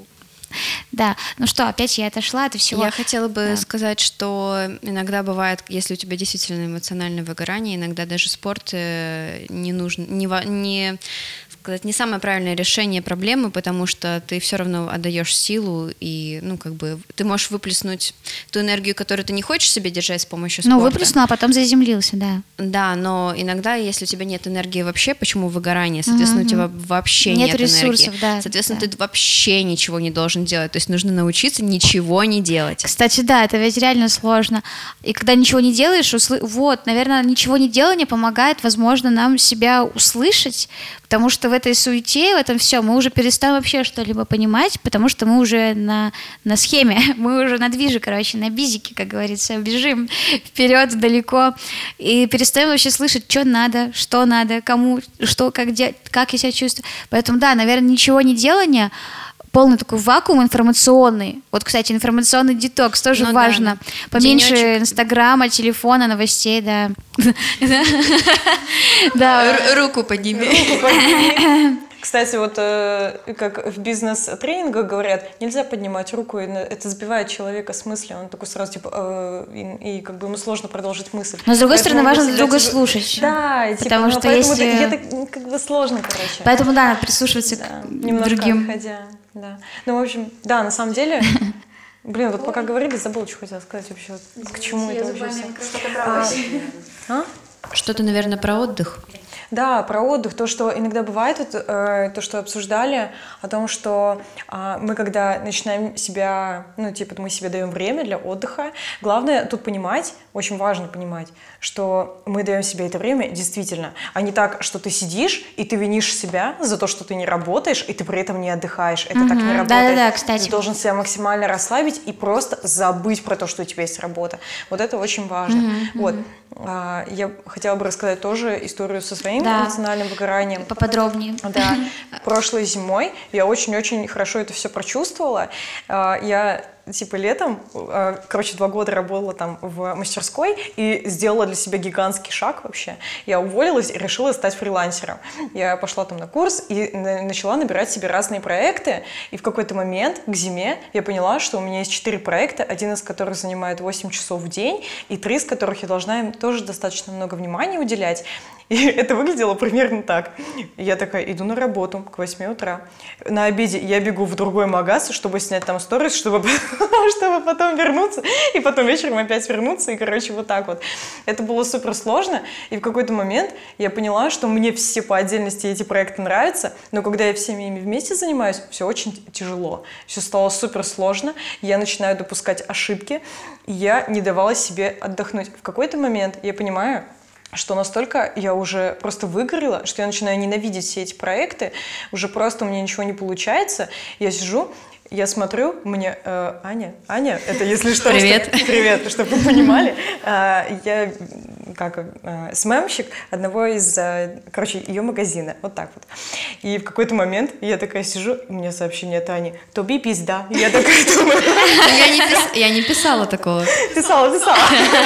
Да, ну что, опять я отошла от всего. Я хотела бы да. сказать, что иногда бывает, если у тебя действительно эмоциональное выгорание, иногда даже спорт не нужен, не, не, сказать, не самое правильное решение проблемы, потому что ты все равно отдаешь силу, и, ну, как бы, ты можешь выплеснуть ту энергию, которую ты не хочешь себе держать с помощью спорта. Ну, выплеснул, а потом заземлился, да. Да, но иногда, если у тебя нет энергии вообще, почему выгорание? Соответственно, mm-hmm. у тебя вообще нет, нет ресурсов, энергии. Да, Соответственно, да. ты вообще ничего не должен делать. То есть нужно научиться ничего не делать. Кстати, да, это ведь реально сложно. И когда ничего не делаешь, усл... вот, наверное, ничего не делание помогает, возможно, нам себя услышать, потому что в этой суете, в этом все, мы уже перестаем вообще что-либо понимать, потому что мы уже на, на схеме, мы уже на движе, короче, на бизике, как говорится, бежим вперед, далеко, и перестаем вообще слышать, что надо, что надо, кому, что, как, де... как я себя чувствую. Поэтому, да, наверное, ничего не делание, полный такой вакуум информационный. Вот, кстати, информационный детокс тоже ну, важно. Да. Поменьше Денечек. Инстаграма, телефона, новостей, да. Руку подними. Кстати, вот э, как в бизнес-тренингах говорят, нельзя поднимать руку, и это сбивает человека с мысли, он такой сразу типа, э, и, и как бы ему сложно продолжить мысль. Но с другой стороны, важно друг друга типа, слушать. Да, потому типа, что ну, поэтому если... это, это как бы сложно, короче. Поэтому, да, надо прислушиваться да, к немножко другим. Отходя, да. Ну, в общем, да, на самом деле... Блин, вот пока говорили, забыла, что хотела сказать вообще, вот, к чему это вообще все. А? Что-то, наверное, про отдых. Да, про отдых, то, что иногда бывает, вот, э, то, что обсуждали, о том, что э, мы, когда начинаем себя, ну, типа, мы себе даем время для отдыха, главное тут понимать, очень важно понимать, что мы даем себе это время действительно, а не так, что ты сидишь, и ты винишь себя за то, что ты не работаешь, и ты при этом не отдыхаешь. Это mm-hmm. так не работает. Да-да-да, кстати. Ты должен себя максимально расслабить и просто забыть про то, что у тебя есть работа. Вот это очень важно. Mm-hmm. Вот. А, я хотела бы рассказать тоже историю со своим да. эмоциональным выгоранием. Поподробнее. Да. Прошлой зимой я очень-очень хорошо это все прочувствовала. Я типа летом, короче, два года работала там в мастерской и сделала для себя гигантский шаг вообще. Я уволилась и решила стать фрилансером. Я пошла там на курс и начала набирать себе разные проекты. И в какой-то момент к зиме я поняла, что у меня есть четыре проекта, один из которых занимает восемь часов в день, и три из которых я должна им тоже достаточно много внимания уделять. И это выглядело примерно так. Я такая иду на работу к восьми утра. На обеде я бегу в другой магаз, чтобы снять там сторис, чтобы, чтобы потом вернуться. И потом вечером опять вернуться. И, короче, вот так вот. Это было супер сложно. И в какой-то момент я поняла, что мне все по отдельности эти проекты нравятся. Но когда я всеми ими вместе занимаюсь, все очень тяжело. Все стало супер сложно. Я начинаю допускать ошибки. И я не давала себе отдохнуть. В какой-то момент я понимаю, что настолько я уже просто выгорела, что я начинаю ненавидеть все эти проекты, уже просто у меня ничего не получается. Я сижу, я смотрю, мне э, Аня, Аня, это если что, привет, что, привет, чтобы вы понимали, э, я как э, СММщик одного из, э, короче, ее магазина, вот так вот. И в какой-то момент я такая сижу, у меня сообщение от Ани: "Тоби пизда". Я такая думаю, я не, пис... я не писала такого. Писала, писала.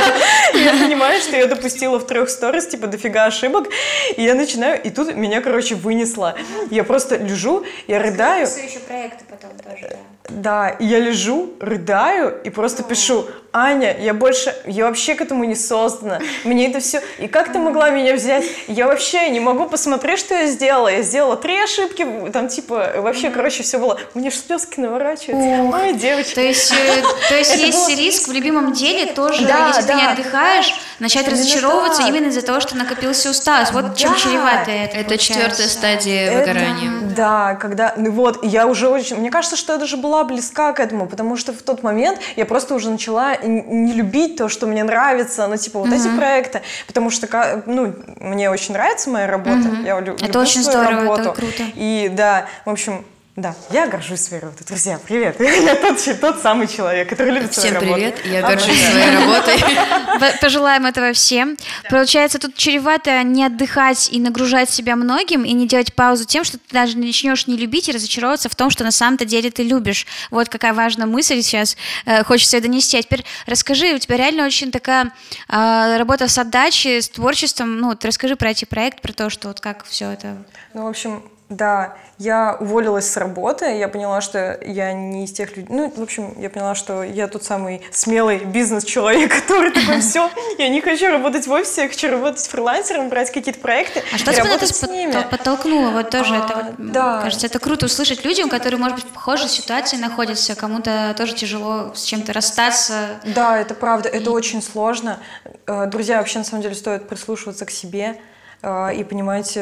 Я понимаю, что я допустила в трех сторис, типа, дофига ошибок, и я начинаю, и тут меня, короче, вынесло. Я просто лежу, я рыдаю. Еще проекты потом тоже, да. Да, и я лежу, рыдаю и просто пишу: Аня, я больше, я вообще к этому не создана. Мне это все... И как ты могла меня взять? Я вообще не могу посмотреть, что я сделала. Я сделала три ошибки, там типа, вообще, короче, все было... Мне ж слезки наворачиваются. Моя девочка. То есть, э, то есть есть было... риск в любимом деле тоже, да, если да. ты не отдыхаешь, начать именно разочаровываться так. именно из-за того, что накопился усталость. Вот да. чем чревато это. Это четвертая стадия выгорания. Это, да, когда... Ну вот, я уже очень... Мне кажется, что я даже была близка к этому, потому что в тот момент я просто уже начала не любить то, что мне нравится, ну, типа, вот mm-hmm. эти проекты, потому что, ну, мне очень нравится моя работа, mm-hmm. я лю- это люблю очень свою здорово, работу. Это круто. И, да, в общем... Да, я горжусь своей работой. Друзья, привет. Я тот, тот самый человек, который любит всем свою работу. Всем привет, я горжусь своей работой. Пожелаем этого всем. Получается, тут чревато не отдыхать и нагружать себя многим, и не делать паузу тем, что ты даже начнешь не любить и разочаровываться в том, что на самом-то деле ты любишь. Вот какая важная мысль сейчас э, хочется донести. А теперь расскажи, у тебя реально очень такая э, работа с отдачей, с творчеством. Ну, вот расскажи про эти проекты, про то, что вот как все это... Ну, в общем... Да, я уволилась с работы, я поняла, что я не из тех людей, ну, в общем, я поняла, что я тот самый смелый бизнес-человек, который такой, все, я не хочу работать в офисе, я хочу работать фрилансером, брать какие-то проекты а что и работать с ними. Подтолкнуло? Вот тоже, а, это, вот, да. кажется, это круто услышать людям, которые, может быть, в похожей ситуации находятся, кому-то тоже тяжело с чем-то расстаться. Да, это правда, это и... очень сложно. Друзья, вообще, на самом деле, стоит прислушиваться к себе и понимать,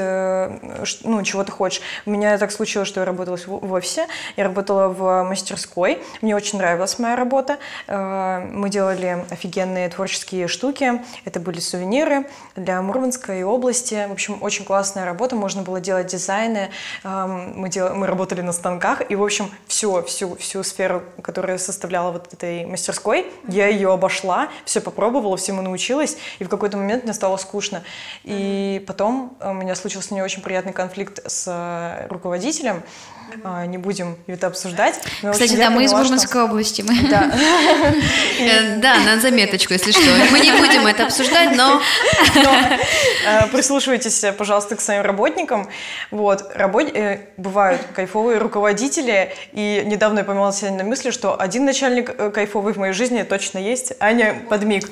ну, чего ты хочешь. У меня так случилось, что я работала в офисе, я работала в мастерской, мне очень нравилась моя работа, мы делали офигенные творческие штуки, это были сувениры для Мурманской области, в общем, очень классная работа, можно было делать дизайны, мы, дел... мы работали на станках, и, в общем, всю, всю, всю сферу, которая составляла вот этой мастерской, я ее обошла, все попробовала, всему научилась, и в какой-то момент мне стало скучно. И потом у меня случился не очень приятный конфликт с руководителем. Не будем это обсуждать. Но, кстати, общем, да, мы поняла, из Мурманской что... области. Мы. Да. Да, на заметочку, если что. Мы не будем это обсуждать, но... но прислушивайтесь, пожалуйста, к своим работникам. Вот. Работ... Бывают кайфовые руководители, и недавно я поймала себя на мысли, что один начальник кайфовый в моей жизни точно есть. Аня, подмиг.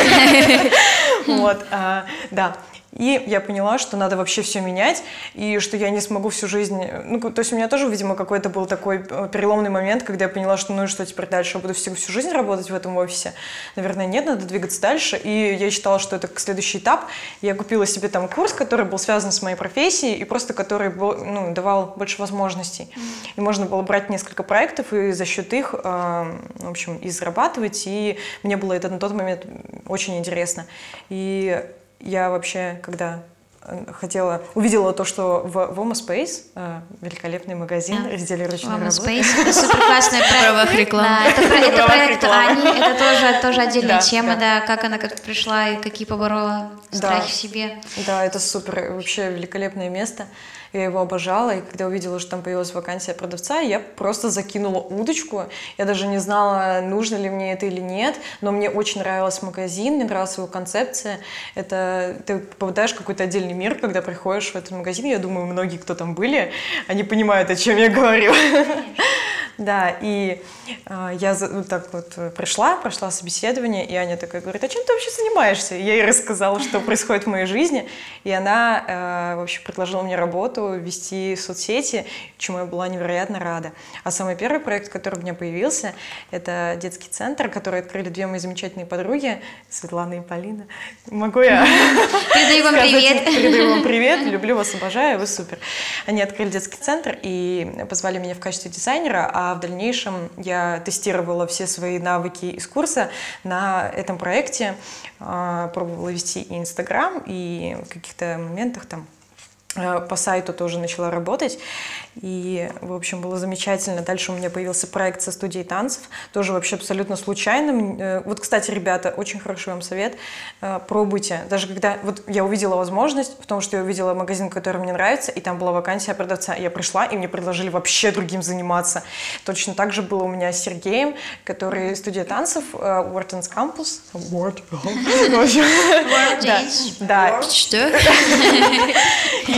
Вот, да. И я поняла, что надо вообще все менять, и что я не смогу всю жизнь... Ну, то есть у меня тоже, видимо, какой-то был такой переломный момент, когда я поняла, что ну и что теперь дальше? Я буду всю, всю жизнь работать в этом офисе? Наверное, нет, надо двигаться дальше. И я считала, что это следующий этап. Я купила себе там курс, который был связан с моей профессией, и просто который был, ну, давал больше возможностей. И можно было брать несколько проектов и за счет их, э, в общем, и зарабатывать. И мне было это на тот момент очень интересно. И я вообще, когда хотела, увидела то, что в Womo Space, великолепный магазин, yeah. разделе ручной работы. Womo Space, это супер классная проект. Правах рекламы. Да, это, про, это проект Ани, это тоже, тоже отдельная да, тема, да. да, как она как пришла и какие поборола страхи да. в себе. Да, это супер, вообще великолепное место. Я его обожала, и когда увидела, что там появилась вакансия продавца, я просто закинула удочку. Я даже не знала, нужно ли мне это или нет, но мне очень нравился магазин, мне нравилась его концепция. Это ты попадаешь в какой-то отдельный мир, когда приходишь в этот магазин. Я думаю, многие, кто там были, они понимают, о чем я говорю. Да, и э, я вот так вот пришла, прошла собеседование, и Аня такая говорит, а чем ты вообще занимаешься? И я ей рассказала, что происходит в моей жизни, и она э, вообще предложила мне работу, вести соцсети, чему я была невероятно рада. А самый первый проект, который у меня появился, это детский центр, который открыли две мои замечательные подруги, Светлана и Полина. Могу я Передаю вам привет. Передаю вам привет, люблю вас, обожаю, вы супер. Они открыли детский центр и позвали меня в качестве дизайнера, а в дальнейшем я тестировала все свои навыки из курса на этом проекте, пробовала вести и Инстаграм, и в каких-то моментах там по сайту тоже начала работать, и, в общем, было замечательно. Дальше у меня появился проект со студией танцев, тоже вообще абсолютно случайным. Вот, кстати, ребята, очень хороший вам совет, пробуйте. Даже когда вот я увидела возможность, потому что я увидела магазин, который мне нравится, и там была вакансия продавца, я пришла, и мне предложили вообще другим заниматься. Точно так же было у меня с Сергеем, который студия танцев, Wharton's Campus. Да. Что?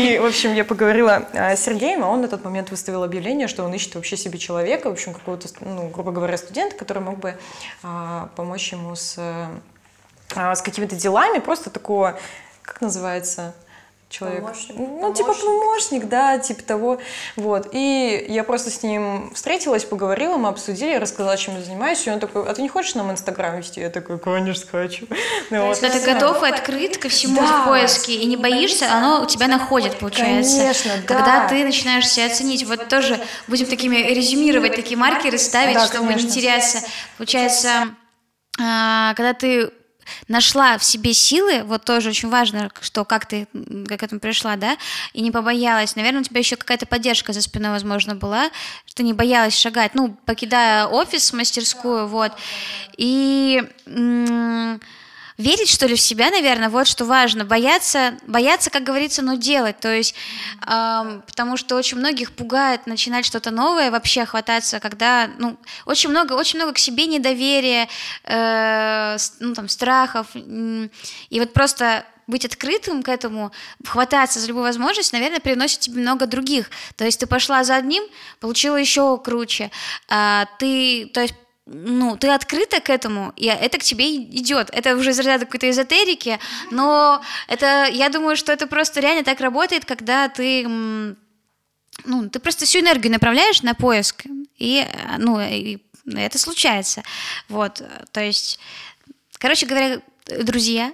И, в общем, я поговорила с Сергеем, а он на тот момент выставил объявление, что он ищет вообще себе человека, в общем, какого-то, ну, грубо говоря, студента, который мог бы а, помочь ему с, а, с какими-то делами, просто такого, как называется... человек. Помощник. Ну, Помощник. типа помощник, да, типа того. Вот. И я просто с ним встретилась, поговорила, мы обсудили, я рассказала, чем я занимаюсь, и он такой: а ты не хочешь нам Инстаграм вести? Я такой: конечно, хочу. Ну, вот. Когда ты готов и открыт ко всему Да. в поиске и не боишься, оно у тебя находит, получается. Конечно, да. Когда ты начинаешь себя оценить, вот тоже будем такими резюмировать, такие маркеры ставить, Да, чтобы не конечно. теряться. Получается, а, когда ты нашла в себе силы, вот тоже очень важно, что как ты как к этому пришла, да, и не побоялась. Наверное, у тебя еще какая-то поддержка за спиной, возможно, была, что ты не боялась шагать, ну, покидая офис, мастерскую, вот, и м- верить, что ли, в себя, наверное, вот что важно. Бояться, бояться, как говорится, но делать. То есть, эм, потому что очень многих пугает начинать что-то новое, вообще хвататься, когда, ну, очень много, очень много к себе недоверия, э, с- ну, там, страхов. м, И вот просто быть открытым к этому, хвататься за любую возможность, наверное, приносит тебе много других. То есть ты пошла за одним, получила еще круче. А ты, то есть ну, ты открыта к этому, и это к тебе идет. Это уже из ряда какой-то эзотерики, но это, я думаю, что это просто реально так работает, когда ты, м, ну, ты просто всю энергию направляешь на поиск, и, э, ну, и это случается. Вот, то есть, короче говоря, друзья,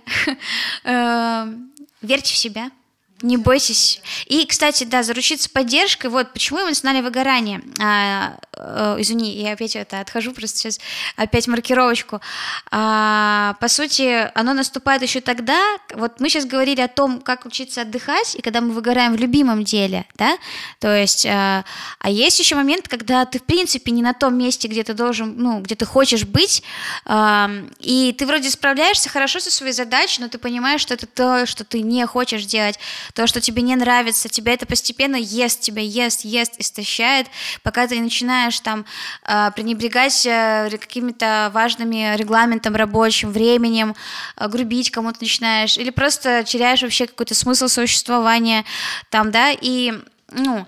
э, верьте в себя. Не бойтесь. И, кстати, да, заручиться поддержкой. Вот почему эмоциональное выгорание. А, э, извини, я опять это отхожу, просто сейчас опять маркировочку. А, по сути, оно наступает еще тогда. Вот мы сейчас говорили о том, как учиться отдыхать, и когда мы выгораем в любимом деле, да. То есть, а, а есть еще момент, когда ты в принципе не на том месте, где ты должен, ну, где ты хочешь быть, а, и ты вроде справляешься хорошо со своей задачей, но ты понимаешь, что это то, что ты не хочешь делать. То, что тебе не нравится, тебя это постепенно ест, тебя ест, ест, истощает, пока ты не начинаешь там э, пренебрегать э, какими-то важными регламентом рабочим, временем, э, грубить кому-то начинаешь, или просто теряешь вообще какой-то смысл существования там, да, и, ну,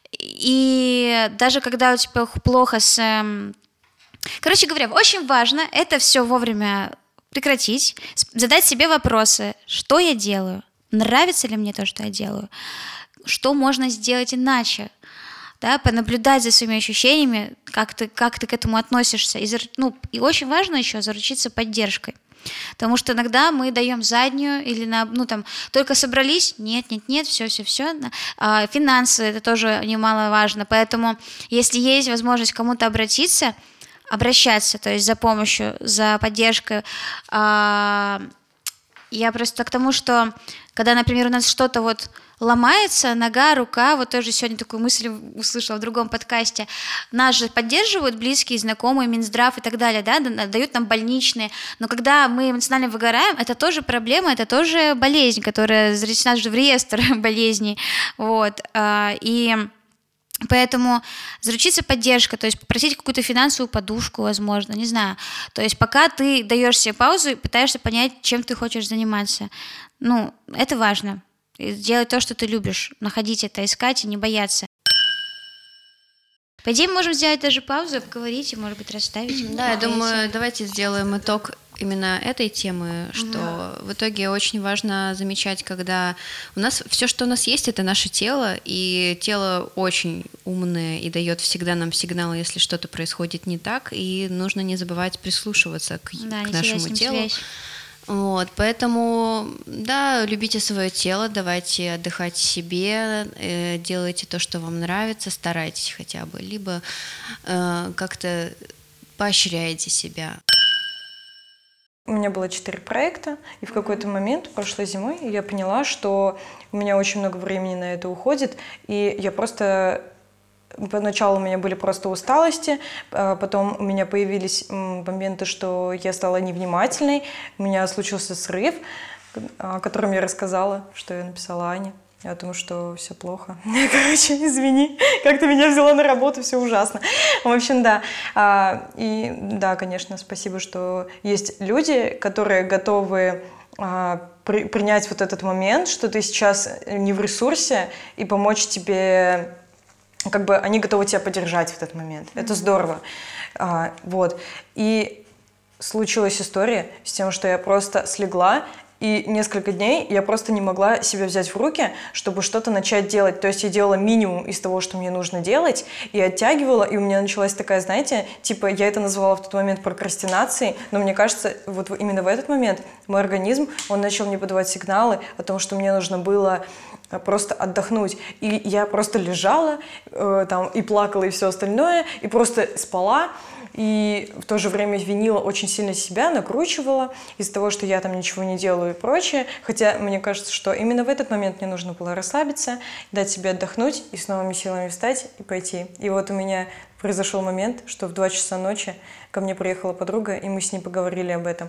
и даже когда у тебя плохо с... Э, короче говоря, очень важно это все вовремя прекратить, задать себе вопросы, что я делаю, нравится ли мне то, что я делаю, что можно сделать иначе, да, понаблюдать за своими ощущениями, как ты, как ты к этому относишься. И, ну, и очень важно еще заручиться поддержкой. Потому что иногда мы даем заднюю или на, ну там только собрались, нет, нет, нет, все, все, все. А, финансы это тоже немаловажно. Поэтому, если есть возможность к кому-то обратиться, обращаться, то есть за помощью, за поддержкой. А, я просто к тому, что когда, например, у нас что-то вот ломается, нога, рука, вот тоже сегодня такую мысль услышала в другом подкасте, нас же поддерживают близкие, знакомые, Минздрав и так далее, да, дают нам больничные, но когда мы эмоционально выгораем, это тоже проблема, это тоже болезнь, которая занесена же в реестр болезней, вот, и поэтому заручиться поддержкой, то есть попросить какую-то финансовую подушку, возможно, не знаю. То есть пока ты даешь себе паузу и пытаешься понять, чем ты хочешь заниматься. Ну, это важно. Делать то, что ты любишь. Находить это, искать и не бояться. По идее, мы можем сделать даже паузу, обговорить и, может быть, расставить. Да, я думаю, давайте сделаем итог именно этой темы, что mm-hmm. в итоге очень важно замечать, когда у нас все, что у нас есть, это наше тело, и тело очень умное и дает всегда нам сигналы, если что-то происходит не так, и нужно не забывать прислушиваться к, да, к нашему телу. Связь. Вот, поэтому, да, любите свое тело, давайте отдыхать себе, э, делайте то, что вам нравится, старайтесь хотя бы, либо э, как-то поощряйте себя. У меня было четыре проекта, и в какой-то момент прошлой зимой я поняла, что у меня очень много времени на это уходит, и я просто... Поначалу у меня были просто усталости, потом у меня появились моменты, что я стала невнимательной, у меня случился срыв, о котором я рассказала, что я написала Ане. Я думаю, что все плохо. Короче, извини, как ты меня взяла на работу, все ужасно. В общем, да. И да, конечно, спасибо, что есть люди, которые готовы при, принять вот этот момент, что ты сейчас не в ресурсе, и помочь тебе, как бы они готовы тебя поддержать в этот момент. Mm-hmm. Это здорово. А, вот. И случилась история с тем, что я просто слегла, и несколько дней я просто не могла себя взять в руки, чтобы что-то начать делать. То есть я делала минимум из того, что мне нужно делать, и оттягивала, и у меня началась такая, знаете, типа, я это назвала в тот момент прокрастинацией, но мне кажется, вот именно в этот момент мой организм, он начал мне подавать сигналы о том, что мне нужно было просто отдохнуть. И я просто лежала э, там, и плакала, и все остальное, и просто спала, и в то же время винила очень сильно себя, накручивала из-за того, что я там ничего не делаю и прочее. Хотя мне кажется, что именно в этот момент мне нужно было расслабиться, дать себе отдохнуть и с новыми силами встать и пойти. И вот у меня произошел момент, что в два часа ночи ко мне приехала подруга, и мы с ней поговорили об этом.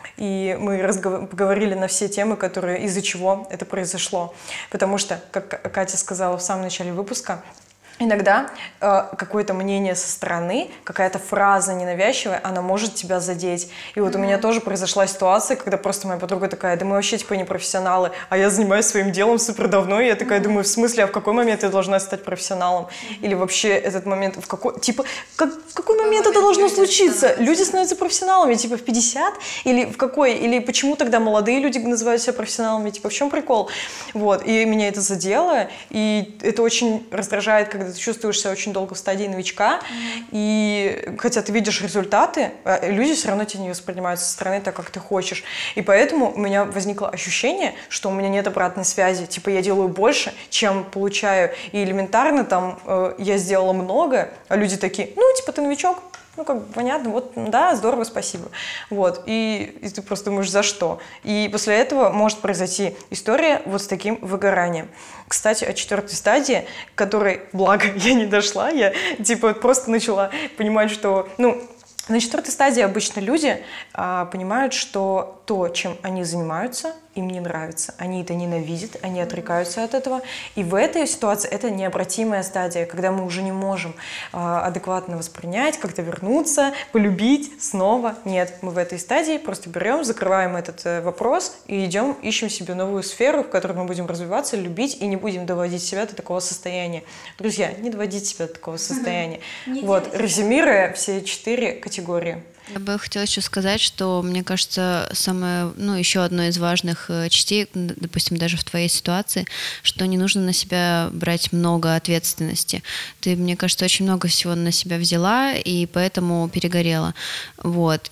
И мы разговор- поговорили на все темы, которые, из-за чего это произошло. Потому что, как Катя сказала в самом начале выпуска, иногда э, какое-то мнение со стороны, какая-то фраза ненавязчивая, она может тебя задеть. И вот mm-hmm. у меня тоже произошла ситуация, когда просто моя подруга такая, да мы вообще типа не профессионалы, а я занимаюсь своим делом супер давно, и я такая mm-hmm. думаю, в смысле, а в какой момент я должна стать профессионалом? Mm-hmm. Или вообще этот момент, в какой, типа, как, в какой момент это должно случиться? Люди становятся профессионалами, типа в пятьдесят? Или в какой? Или почему тогда молодые люди называют себя профессионалами? Типа в чем прикол? Вот, и меня это задело, и это очень раздражает, когда ты чувствуешь себя очень долго в стадии новичка, mm-hmm. и хотя ты видишь результаты, люди все равно тебя не воспринимают со стороны так, как ты хочешь. И поэтому у меня возникло ощущение, что у меня нет обратной связи. Типа я делаю больше, чем получаю. И элементарно там э, я сделала много, а люди такие, ну, типа ты новичок. Ну, как бы понятно, вот, да, здорово, спасибо. Вот, и, и ты просто думаешь, за что? И после этого может произойти история вот с таким выгоранием. Кстати, о четвертой стадии, к которой, благо, я не дошла, я, типа, просто начала понимать, что, ну, на четвертой стадии обычно люди а, понимают, что то, чем они занимаются, им не нравится. Они это ненавидят, они отрекаются от этого. И в этой ситуации это необратимая стадия, когда мы уже не можем а, адекватно воспринять, как-то вернуться, полюбить снова. Нет, мы в этой стадии просто берем, закрываем этот э, вопрос и идем, ищем себе новую сферу, в которой мы будем развиваться, любить и не будем доводить себя до такого состояния. Друзья, не доводите себя до такого состояния. Вот, резюмируя все четыре категории. Я бы хотела еще сказать, что, мне кажется, самое, ну, еще одно из важных частей, допустим, даже в твоей ситуации, что не нужно на себя брать много ответственности. Ты, мне кажется, очень много всего на себя взяла, и поэтому перегорела. Вот.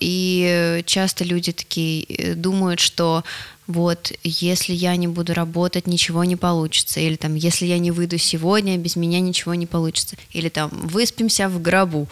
И часто люди такие думают, что вот, если я не буду работать, ничего не получится. Или там, если я не выйду сегодня, без меня ничего не получится. Или там, выспимся в гробу.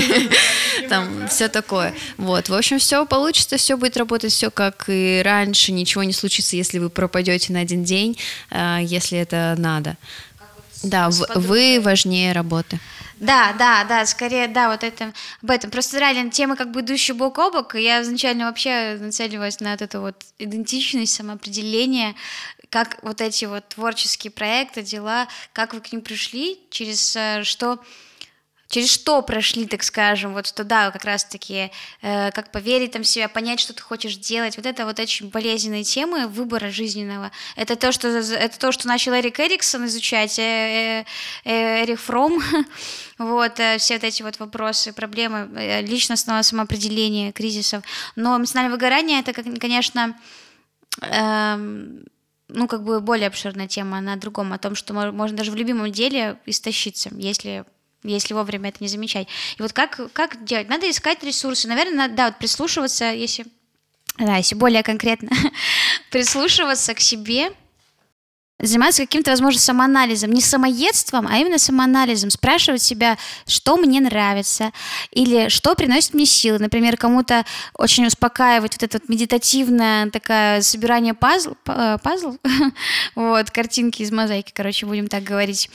Там все такое. Вот, в общем, все получится, все будет работать, все как и раньше, ничего не случится, если вы пропадете на один день, если это надо. Да, вы важнее работы. Да, да, да, скорее, да, вот это, об этом. Просто реально темы как бы идущие бок о бок, и я изначально вообще нацеливалась на вот эту вот идентичность, самоопределение, как вот эти вот творческие проекты, дела, как вы к ним пришли, через что... Через что прошли, так скажем, вот что, да, как раз-таки, э, как поверить там в себя, понять, что ты хочешь делать. Вот это вот очень болезненные темы выбора жизненного. Это то, что, это то, что начал Эрик Эриксон изучать, э, э, Эрих Фром, вот, э, все вот эти вот вопросы, проблемы э, личностного самоопределения, кризисов. Но эмоциональное выгорание, это, конечно, э, ну, как бы более обширная тема, она о другом, о том, что можно даже в любимом деле истощиться, если... если вовремя это не замечать. И вот как, как делать? Надо искать ресурсы. Наверное, надо, да, вот прислушиваться, если, да, если более конкретно, прислушиваться к себе, заниматься каким-то, возможно, самоанализом. Не самоедством, а именно самоанализом. Спрашивать себя, что мне нравится, или что приносит мне силы. Например, кому-то очень успокаивает вот это вот медитативное такое собирание пазл, пазл? Вот, картинки из мозаики, короче, будем так говорить.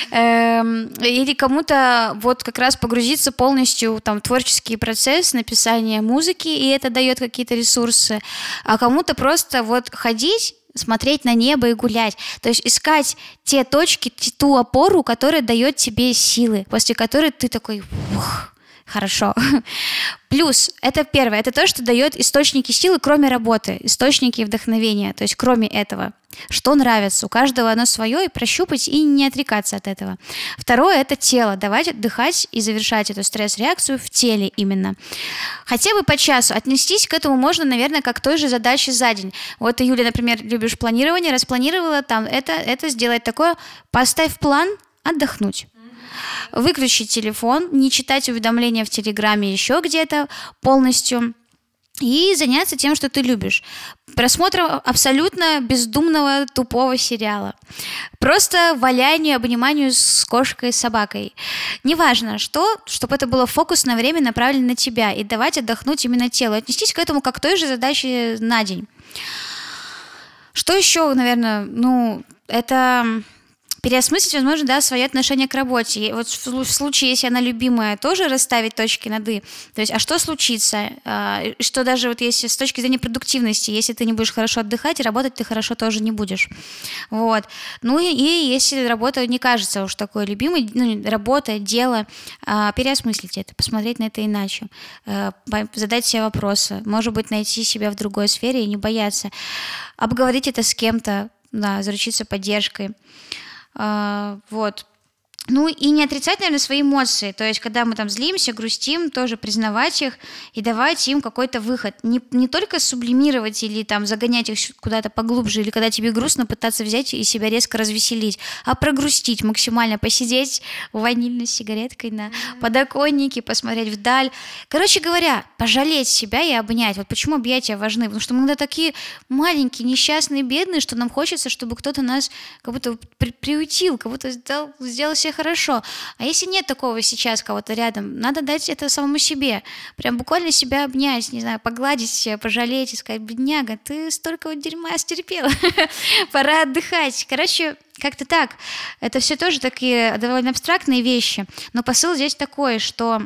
Или кому-то вот как раз погрузиться полностью там, в творческий процесс написания музыки, и это дает какие-то ресурсы. А кому-то просто вот ходить, смотреть на небо и гулять. То есть искать те точки, ту опору, которая дает тебе силы, после которой ты такой, ух, хорошо. Плюс, это первое, это то, что дает источники силы, кроме работы, источники вдохновения, то есть кроме этого. Что нравится, у каждого оно свое, и прощупать, и не отрекаться от этого. Второе – это тело, давать отдыхать и завершать эту стресс-реакцию в теле именно. Хотя бы по часу. Отнестись к этому можно, наверное, как к той же задаче за день. Вот ты, Юля, например, любишь планирование, распланировала там это, это сделать такое, поставь план, отдохнуть. Выключить телефон, не читать уведомления в Телеграме еще где-то полностью и заняться тем, что ты любишь. Просмотром абсолютно бездумного, тупого сериала. Просто валянию, обниманию с кошкой, с собакой. Неважно, что, чтобы это было фокусное время направлено на тебя и давать отдохнуть именно телу. Отнестись к этому как к той же задаче на день. Что еще, наверное, ну, это... Переосмыслить, возможно, да, свое отношение к работе. И вот в случае, если она любимая, тоже расставить точки над «и». То есть, а что случится? Что даже вот если с точки зрения продуктивности, если ты не будешь хорошо отдыхать, работать ты хорошо тоже не будешь. Вот. Ну и, и если работа не кажется уж такой любимой, ну, работа, дело, переосмыслить это, посмотреть на это иначе, задать себе вопросы, может быть, найти себя в другой сфере и не бояться. Обговорить это с кем-то, да, заручиться поддержкой. Uh, вот. Ну и не отрицать, наверное, свои эмоции. То есть, когда мы там злимся, грустим, тоже признавать их и давать им какой-то выход. Не, не только сублимировать или там загонять их куда-то поглубже, или когда тебе грустно, пытаться взять и себя резко развеселить, а прогрустить максимально, посидеть ванильной сигареткой на подоконнике, посмотреть вдаль. Короче говоря, пожалеть себя и обнять. Вот почему объятия важны. Потому что мы иногда такие маленькие, несчастные, бедные, что нам хочется, чтобы кто-то нас как будто при- приютил, как будто сделал, сделал себе хорошо. А если нет такого сейчас кого-то рядом, надо дать это самому себе. Прям буквально себя обнять, не знаю, погладить себя, пожалеть и сказать: бедняга, ты столько вот дерьма стерпела, пора отдыхать. Короче, как-то так. Это все тоже такие довольно абстрактные вещи. Но посыл здесь такой, что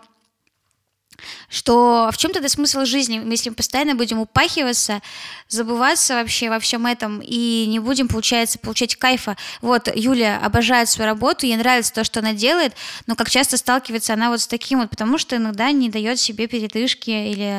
что в чем тогда смысл жизни, если мы постоянно будем упахиваться, забываться вообще во всем этом и не будем, получается, получать кайфа. Вот Юля обожает свою работу, ей нравится то, что она делает, но как часто сталкивается она вот с таким вот, потому что иногда не дает себе передышки или,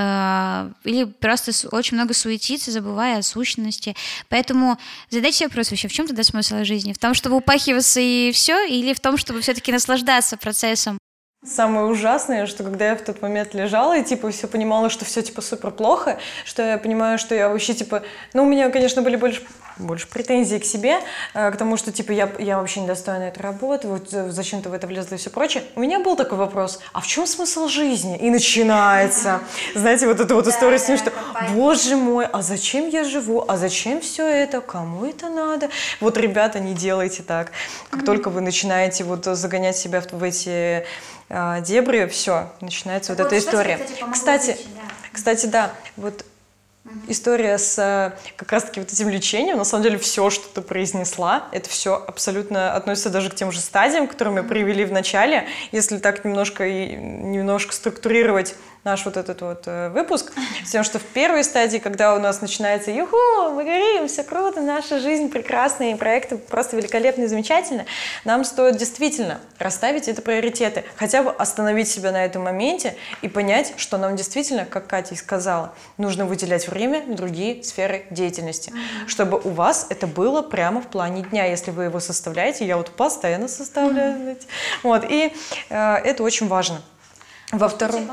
э, или просто очень много суетится, забывая о сущности. Поэтому задайте себе вопрос вообще, в чем тогда смысл жизни? В том, чтобы упахиваться и все, или в том, чтобы все-таки наслаждаться процессом? Самое ужасное, что когда я в тот момент лежала и типа все понимала, что все типа супер плохо, что я понимаю, что я вообще типа, ну у меня, конечно, были больше, больше претензий к себе, э, к тому, что типа я, я вообще недостойна этой работы, вот зачем ты в это влезла и все прочее. У меня был такой вопрос: а в чем смысл жизни? И начинается, знаете, вот эта вот история с ним, что боже мой, а зачем я живу, а зачем все это, кому это надо? Вот, ребята, не делайте так. Как только вы начинаете вот загонять себя в, в эти дебри, все, начинается так вот, вот эта история. Кстати, кстати, лечить, да. кстати, да, вот угу. история с как раз-таки вот этим лечением, на самом деле все, что ты произнесла, это все абсолютно относится даже к тем же стадиям, которые мы привели в начале. Если так немножко, и, немножко структурировать наш вот этот вот э, выпуск, с тем, что в первой стадии, когда у нас начинается «Юху, мы горим, все круто, наша жизнь прекрасная, и проекты просто великолепные, замечательно», нам стоит действительно расставить это приоритеты, хотя бы остановить себя на этом моменте и понять, что нам действительно, как Катя и сказала, нужно выделять время в другие сферы деятельности, mm-hmm. чтобы у вас это было прямо в плане дня, если вы его составляете, я вот постоянно составляю, mm-hmm. вот, и э, это очень важно. Во втором...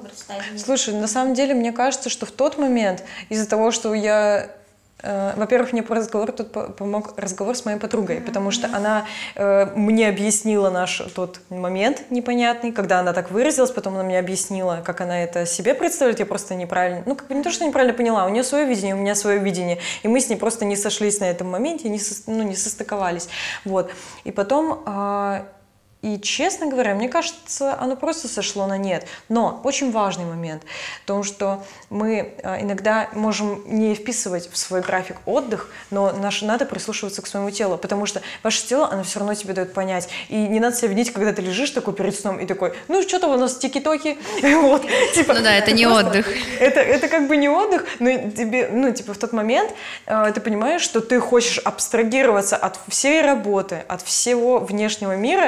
Слушай, на самом деле, мне кажется, что в тот момент, из-за того, что я... Э, во-первых, мне по разговор, тут помог разговор с моей подругой, mm-hmm. потому что она э, мне объяснила наш тот момент непонятный, когда она так выразилась, потом она мне объяснила, как она это себе представляет, я просто неправильно... Ну, как бы не то, что неправильно поняла, у нее свое видение, у меня свое видение, и мы с ней просто не сошлись на этом моменте, не, со, ну, не состыковались. Вот. И потом... Э, И, честно говоря, мне кажется, оно просто сошло на нет. Но очень важный момент в том, что мы иногда можем не вписывать в свой график отдых, но наш, надо прислушиваться к своему телу, потому что ваше тело, оно все равно тебе дает понять. И не надо себя винить, когда ты лежишь такой перед сном и такой: ну, что-то у нас тики-токи. Вот, типа, ну да, это не просто, отдых. Это, это как бы не отдых, но тебе, ну, типа, в тот момент э, ты понимаешь, что ты хочешь абстрагироваться от всей работы, от всего внешнего мира, и ты просто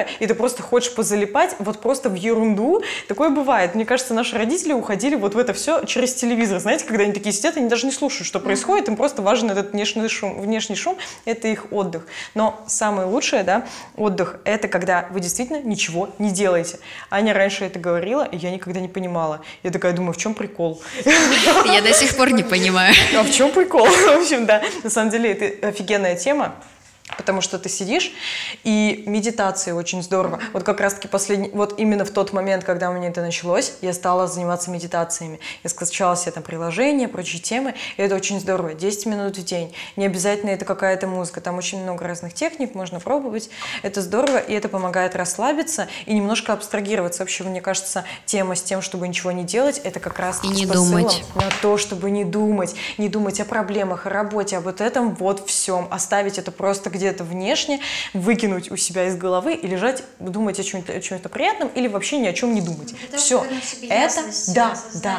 просто хочешь позалипать вот просто в ерунду. Такое бывает. Мне кажется, наши родители уходили вот в это все через телевизор. Знаете, когда они такие сидят, они даже не слушают, что происходит, им просто важен этот внешний шум. Внешний шум – это их отдых. Но самое лучшее, да, отдых – это когда вы действительно ничего не делаете. Аня раньше это говорила, и я никогда не понимала. Я такая думаю, в чем прикол? Я до сих пор не понимаю. А в чем прикол? В общем, да, на самом деле это офигенная тема. Потому что ты сидишь, и медитация очень здорово. Вот как раз-таки последний, вот именно в тот момент, когда у меня это началось, я стала заниматься медитациями. Я скачала себе там приложения, прочие темы, и это очень здорово. десять минут в день. Не обязательно это какая-то музыка, там очень много разных техник, можно пробовать. Это здорово, и это помогает расслабиться и немножко абстрагироваться. Вообще, мне кажется, тема с тем, чтобы ничего не делать, это как раз-таки и не с посылом думать. на то, чтобы не думать, не думать о проблемах, о работе, об вот этом вот всем. Оставить это просто где-то внешне, выкинуть у себя из головы и лежать, думать о чем-то, о чем-то приятном или вообще ни о чем не думать. Все. Это, да, да.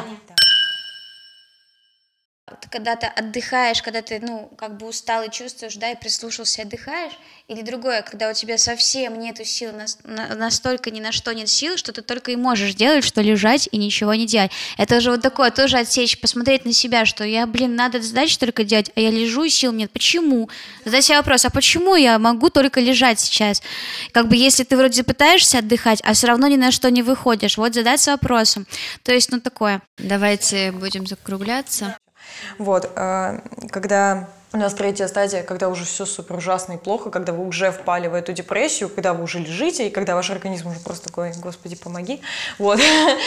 Когда ты отдыхаешь, когда ты, ну, как бы устал и чувствуешь, да, и прислушался, отдыхаешь, или другое, когда у тебя совсем нету сил, на, настолько ни на что нет сил, что ты только и можешь делать, что лежать и ничего не делать. Это же вот такое, тоже отсечь, посмотреть на себя, что я, блин, надо задачи только делать, а я лежу, и сил нет. Почему? Задать себе вопрос, а почему я могу только лежать сейчас? Как бы если ты вроде пытаешься отдыхать, а все равно ни на что не выходишь, вот задаться вопросом. То есть, ну, такое. Давайте будем закругляться. Вот, когда у нас третья стадия, когда уже все супер ужасно и плохо, когда вы уже впали в эту депрессию, когда вы уже лежите, и когда ваш организм уже просто такой, Господи, помоги, вот,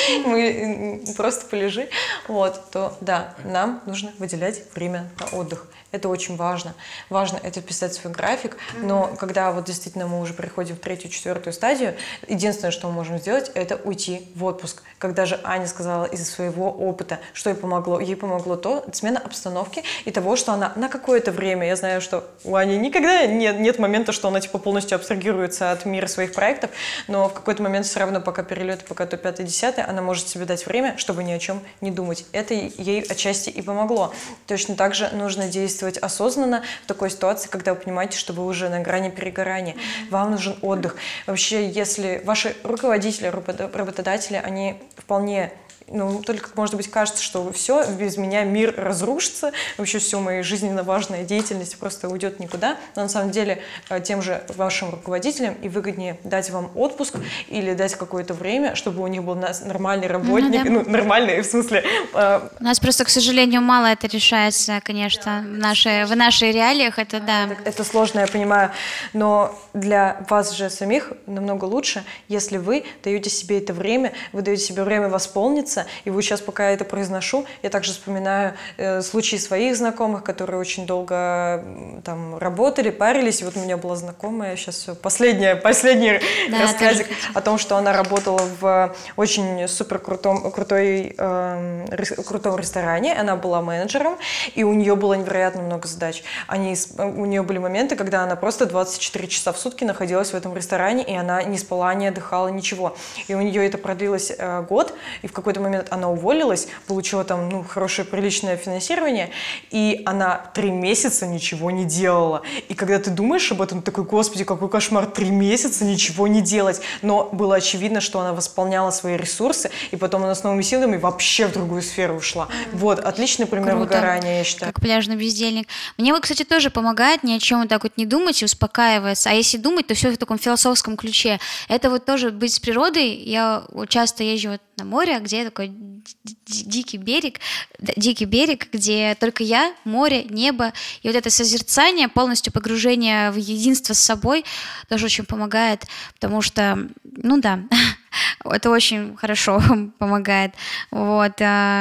мы просто полежи, вот, то да, нам нужно выделять время на отдых. Это очень важно. Важно это писать свой график, но когда вот действительно мы уже приходим в третью, четвертую стадию, единственное, что мы можем сделать, это уйти в отпуск. Когда же Аня сказала из своего опыта, что ей помогло, ей помогло то, смена обстановки и того, что она на какое-то время, я знаю, что у Ани никогда нет, нет момента, что она типа полностью абстрагируется от мира своих проектов, но в какой-то момент все равно, пока перелет, пока то пятое, десятое, она может себе дать время, чтобы ни о чем не думать. Это ей отчасти и помогло. Точно так же нужно действовать осознанно в такой ситуации, когда вы понимаете, что вы уже на грани перегорания. Mm-hmm. Вам нужен отдых. Вообще, если ваши руководители, работодатели, они вполне... Ну, только, может быть, кажется, что все, без меня мир разрушится, вообще все, моя жизненно важная деятельность просто уйдет никуда. Но на самом деле тем же вашим руководителям и выгоднее дать вам отпуск или дать какое-то время, чтобы у них был нормальный работник, ну, да. ну нормальный в смысле... У нас просто, к сожалению, мало это решается, конечно, в нашей, в наших реалиях, это да. Это, это сложно, я понимаю, но для вас же самих намного лучше, если вы даете себе это время, вы даете себе время восполниться. И вот сейчас, пока я это произношу, я также вспоминаю э, случаи своих знакомых, которые очень долго там работали, парились. И вот у меня была знакомая, сейчас все, последняя, последний да, рассказик о том, что она работала в очень супер крутом, крутой, э, рес, крутом ресторане. Она была менеджером, и у нее было невероятно много задач. Они, у нее были моменты, когда она просто двадцать четыре часа в сутки находилась в этом ресторане, и она не спала, не отдыхала, ничего. И у нее это продлилось э, год, и в какой-то момент она уволилась, получила там ну, хорошее, приличное финансирование, и она три месяца ничего не делала. И когда ты думаешь об этом, ты такой, Господи, какой кошмар, три месяца ничего не делать. Но было очевидно, что она восполняла свои ресурсы, и потом она с новыми силами вообще в другую сферу ушла. Вот, отличный пример Круто. Выгорания, я считаю. Как пляжный бездельник. Мне вот, кстати, тоже помогает ни о чем вот так вот не думать и успокаиваться. А если думать, то все в таком философском ключе. Это вот тоже быть с природой. Я часто езжу вот на море, где такой дикий берег, дикий берег, где только я, море, небо, и вот это созерцание, полностью погружение в единство с собой тоже очень помогает, потому что, ну да, это очень хорошо помогает, вот,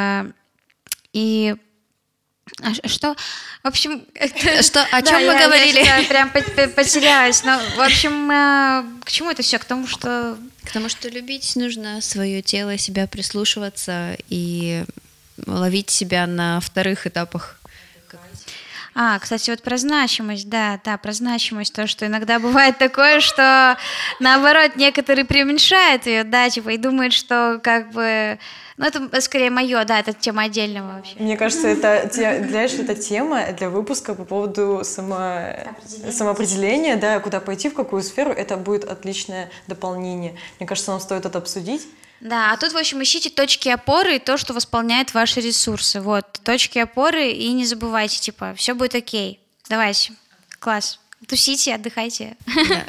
и что, в общем, что, о чем да, мы я, говорили? Я, я прям потерялась, но, в общем, к чему это все? К тому, что... К тому, что любить нужно свое тело, себя прислушиваться и ловить себя на вторых этапах. А, кстати, вот про значимость, да, да, про значимость, то, что иногда бывает такое, что наоборот некоторые преуменьшают ее, да, типа, и думают, что как бы, ну, это скорее мое, да, это тема отдельного вообще. Мне кажется, это, те- знаешь, это тема для выпуска по поводу само... самоопределения, да, куда пойти, в какую сферу, это будет отличное дополнение. Мне кажется, нам стоит это обсудить. Да, а тут, в общем, ищите точки опоры и то, что восполняет ваши ресурсы. Вот, точки опоры, и не забывайте, типа, все будет окей. Давайте, класс. Тусите, отдыхайте. Да.